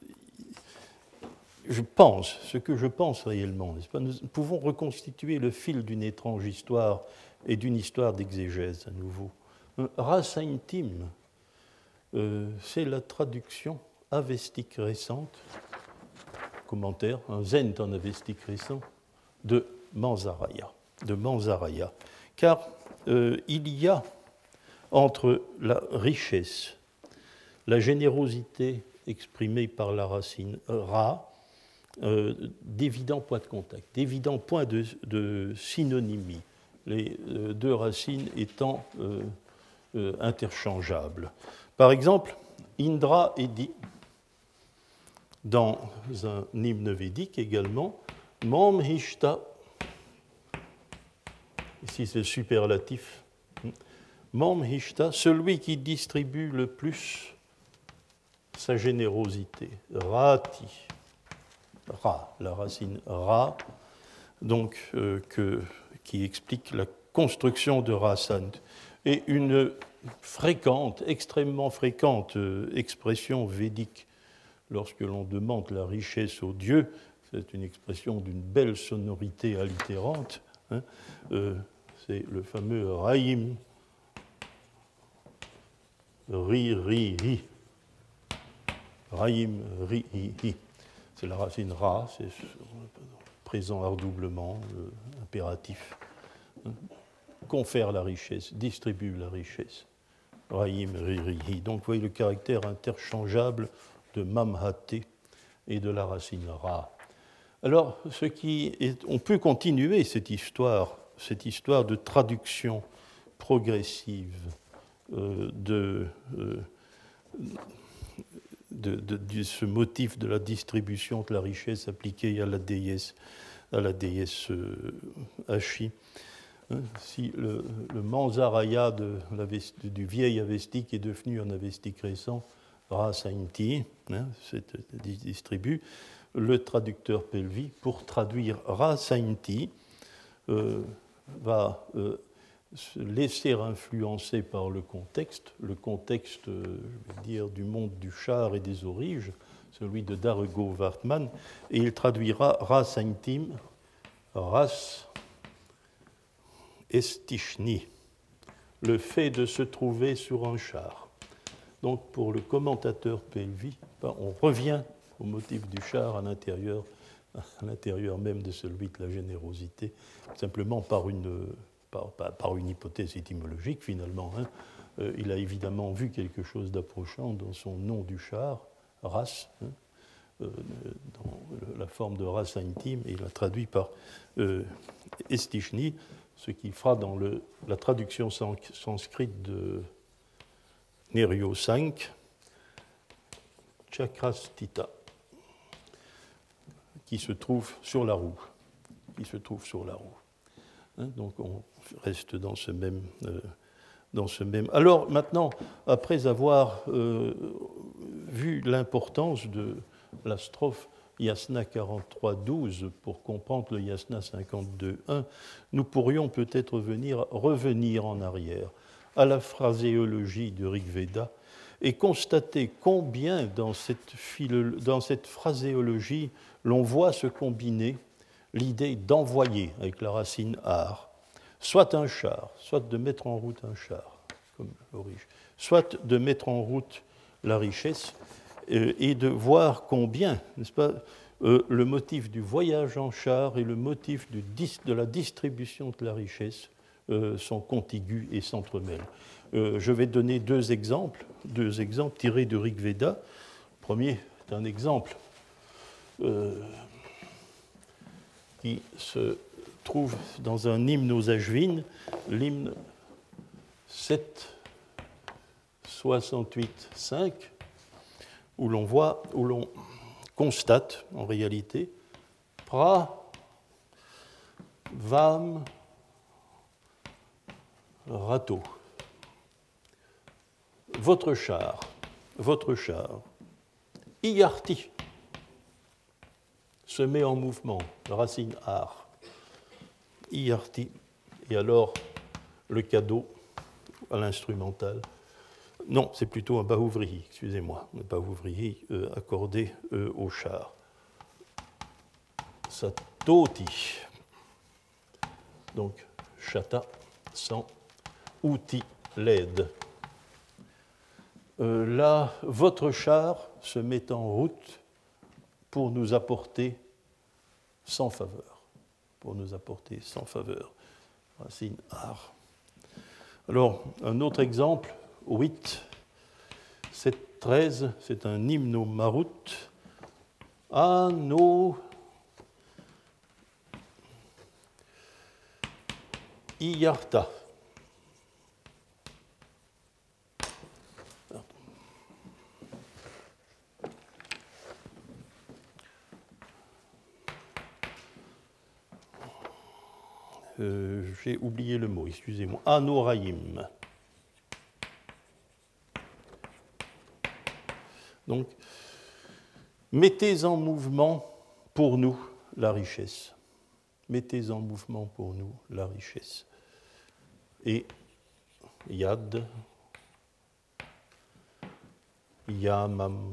je pense, ce que je pense réellement, n'est-ce pas, nous pouvons reconstituer le fil d'une étrange histoire et d'une histoire d'exégèse à nouveau. Rasa intime, euh, c'est la traduction avestique récente, commentaire, un zend en avestique récent, de Mansa Raya, de Mansa Raya. Car euh, il y a entre la richesse, la générosité exprimée par la racine ra, euh, d'évidents points de contact, d'évidents points de, de synonymie, les euh, deux racines étant euh, euh, interchangeables. Par exemple, Indra est dit dans un hymne védique également, Mamhishta, ici c'est le superlatif, Mamhishta, celui qui distribue le plus sa générosité, Rati, Ra, la racine Ra, donc euh, que, qui explique la construction de Rasant. Et une fréquente, extrêmement fréquente euh, expression védique lorsque l'on demande la richesse aux dieux, c'est une expression d'une belle sonorité allitérante, hein, euh, c'est le fameux Raïm, ri, ri, ri. Raïm, ri, ri, ri. C'est la racine ra, c'est présent à redoublement, euh, impératif. Hein. Confère la richesse, distribue la richesse. Raïm, ri, ri, ri. Donc vous voyez le caractère interchangeable de mamhate et de la racine ra. Alors, ce qui est, on peut continuer cette histoire cette histoire de traduction progressive euh, de, euh, de, de, de ce motif de la distribution de la richesse appliquée à la déesse, à la déesse euh, Ashi. Hein, si le, le Manzaraya de du vieil avestique est devenu un avestique récent, Ra-Sainti, hein, distribue, le traducteur Pelvi, pour traduire Ra-Sainti, euh, va euh, se laisser influencer par le contexte, le contexte, euh, je vais dire, du monde du char et des origes, celui de Darego Wartman, et il traduira Ra-Saintim, Ras Estishni, le fait de se trouver sur un char. Donc pour le commentateur Pelvi, on revient au motif du char à l'intérieur, à l'intérieur même de celui de la générosité, simplement par une, par, par une hypothèse étymologique finalement. Hein. Euh, il a évidemment vu quelque chose d'approchant dans son nom du char, Ras, hein, euh, dans la forme de Ras intime, et il l'a traduit par euh, Estishni, ce qui fera dans le, la traduction sanscrite de Nerio cinq, Chakrastita, qui se trouve sur la roue, qui se trouve sur la roue. Hein, donc on reste dans ce même, euh, dans ce même. Alors maintenant, après avoir euh, vu l'importance de la strophe Yasna quarante-trois douze pour comprendre le Yasna cinquante-deux un, nous pourrions peut-être venir, revenir en arrière à la phraséologie du Rig Veda et constater combien dans cette, philo, dans cette phraséologie l'on voit se combiner l'idée d'envoyer avec la racine ar, soit un char, soit de mettre en route un char, comme l'origine, soit de mettre en route la richesse, euh, et de voir combien, n'est-ce pas, euh, le motif du voyage en char et le motif du, de la distribution de la richesse euh, sont contigus et s'entremêlent. Euh, je vais donner deux exemples, deux exemples tirés du Rig Veda. Le premier est un exemple euh, qui se trouve dans un hymne aux Ashvin, l'hymne sept soixante-huit cinq, où l'on voit, où l'on constate en réalité pra vam rato. Votre char, votre char, iyarti, se met en mouvement, la racine ar, iyarti, et alors le cadeau à l'instrumental. Non, c'est plutôt un baouvrihi, excusez-moi, un baouvrihi euh, accordé euh, au char. Satoti, donc chata, sans outil l'aide. Euh, là, votre char se met en route pour nous apporter sans faveur, pour nous apporter sans faveur. Racine ar. Alors, un autre exemple, huit, sept, treize, c'est un hymne au Marut. Ano Iyarta. Euh, j'ai oublié le mot, excusez-moi. Anoraïm. Donc, mettez en mouvement pour nous la richesse. Mettez en mouvement pour nous la richesse. Et yad, yamam,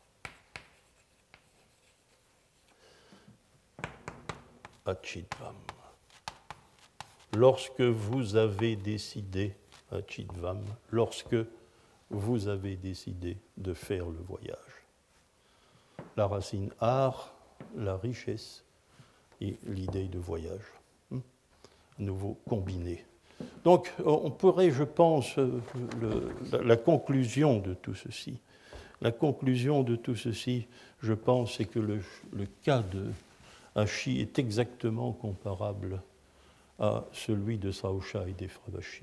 achidvam. Lorsque vous avez décidé, achidvam, lorsque vous avez décidé de faire le voyage. La racine ar, la richesse et l'idée de voyage, à nouveau combinées. Donc, on pourrait, je pense, le, la, la conclusion de tout ceci, la conclusion de tout ceci, je pense, c'est que le, le cas de Ashi est exactement comparable à celui de Sraosha et d'Ephravachi.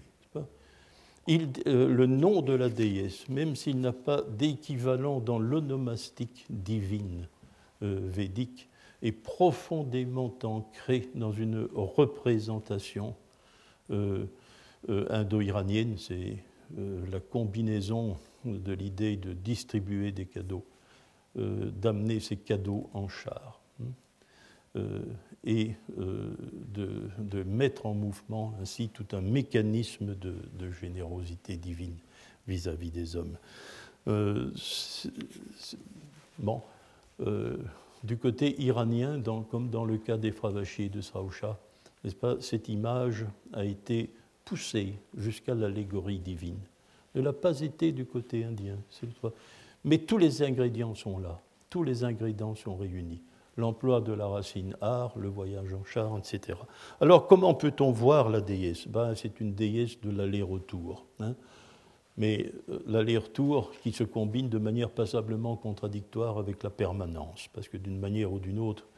Il, euh, le nom de la déesse, même s'il n'a pas d'équivalent dans l'onomastique divine euh, védique, est profondément ancré dans une représentation euh, euh, indo-iranienne. C'est euh, la combinaison de l'idée de distribuer des cadeaux, euh, d'amener ces cadeaux en char, hein, euh, et euh, de, de mettre en mouvement ainsi tout un mécanisme de, de générosité divine vis-à-vis des hommes. Euh, c'est, c'est, bon, euh, du côté iranien, dans, comme dans le cas d'Ephravachi et de Sraosha, n'est-ce pas, cette image a été poussée jusqu'à l'allégorie divine. Elle n'a pas été du côté indien, c'est le... mais tous les ingrédients sont là, tous les ingrédients sont réunis. L'emploi de la racine art, le voyage en char, et cetera. Alors, comment peut-on voir la déesse? Ben, c'est une déesse de l'aller-retour, hein, mais euh, l'aller-retour qui se combine de manière passablement contradictoire avec la permanence, parce que d'une manière ou d'une autre,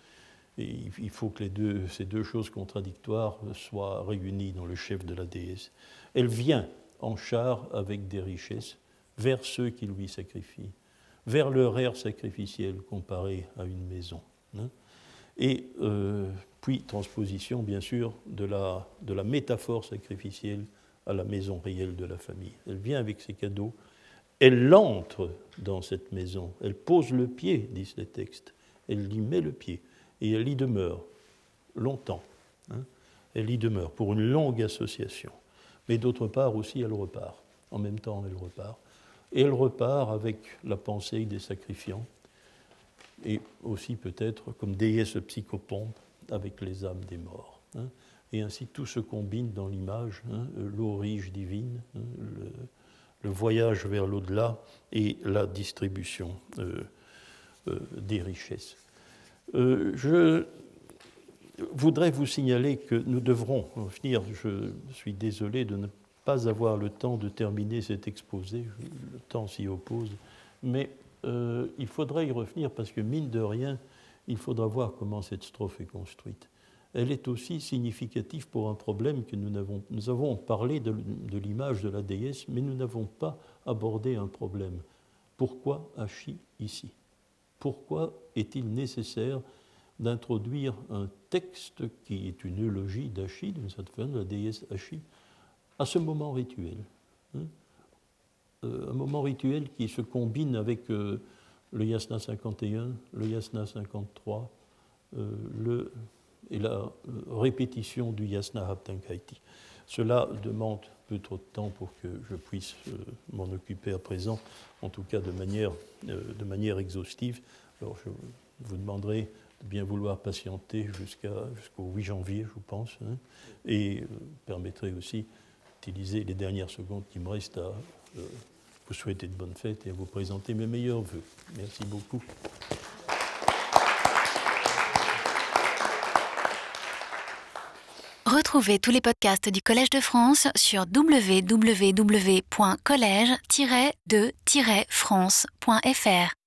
il faut que les deux, ces deux choses contradictoires soient réunies dans le chef de la déesse. Elle vient en char avec des richesses vers ceux qui lui sacrifient, vers leur ère sacrificielle comparée à une maison. Hein. Et euh, puis transposition, bien sûr, de la, de la métaphore sacrificielle à la maison réelle de la famille. Elle vient avec ses cadeaux, elle entre dans cette maison, elle pose le pied, disent les textes, elle y met le pied, et elle y demeure longtemps. Hein. Elle y demeure pour une longue association. Mais d'autre part aussi, elle repart. En même temps, elle repart. Et elle repart avec la pensée des sacrifiants, et aussi peut-être comme déesse psychopompe avec les âmes des morts. Hein. Et ainsi tout se combine dans l'image, hein, l'aurige divine, hein, le, le voyage vers l'au-delà et la distribution euh, euh, des richesses. Euh, je voudrais vous signaler que nous devrons en finir. Je suis désolé de ne pas avoir le temps de terminer cet exposé, le temps s'y oppose, mais euh, il faudrait y revenir parce que, mine de rien, il faudra voir comment cette strophe est construite. Elle est aussi significative pour un problème que nous avons. Nous avons parlé de, de l'image de la déesse, mais nous n'avons pas abordé un problème. Pourquoi Hachi ici? Pourquoi est-il nécessaire d'introduire un texte qui est une eulogie d'Hachi, d'une certaine façon, de la déesse Hachi, à ce moment rituel, hein, euh, un moment rituel qui se combine avec euh, le yasna cinquante et un, le yasna cinquante-trois, euh, le, et la euh, répétition du yasna haptankaiti. Cela demande peu trop de temps pour que je puisse euh, m'en occuper à présent, en tout cas de manière, euh, de manière exhaustive. Alors je vous demanderai de bien vouloir patienter jusqu'à, jusqu'au huit janvier, je pense, hein, et euh, permettrai aussi d'utiliser les dernières secondes qui me restent à euh, vous souhaiter de bonnes fêtes et à vous présenter mes meilleurs vœux. Merci beaucoup. Retrouvez tous les podcasts du Collège de France sur w w w point collège tiret de tiret france point f r.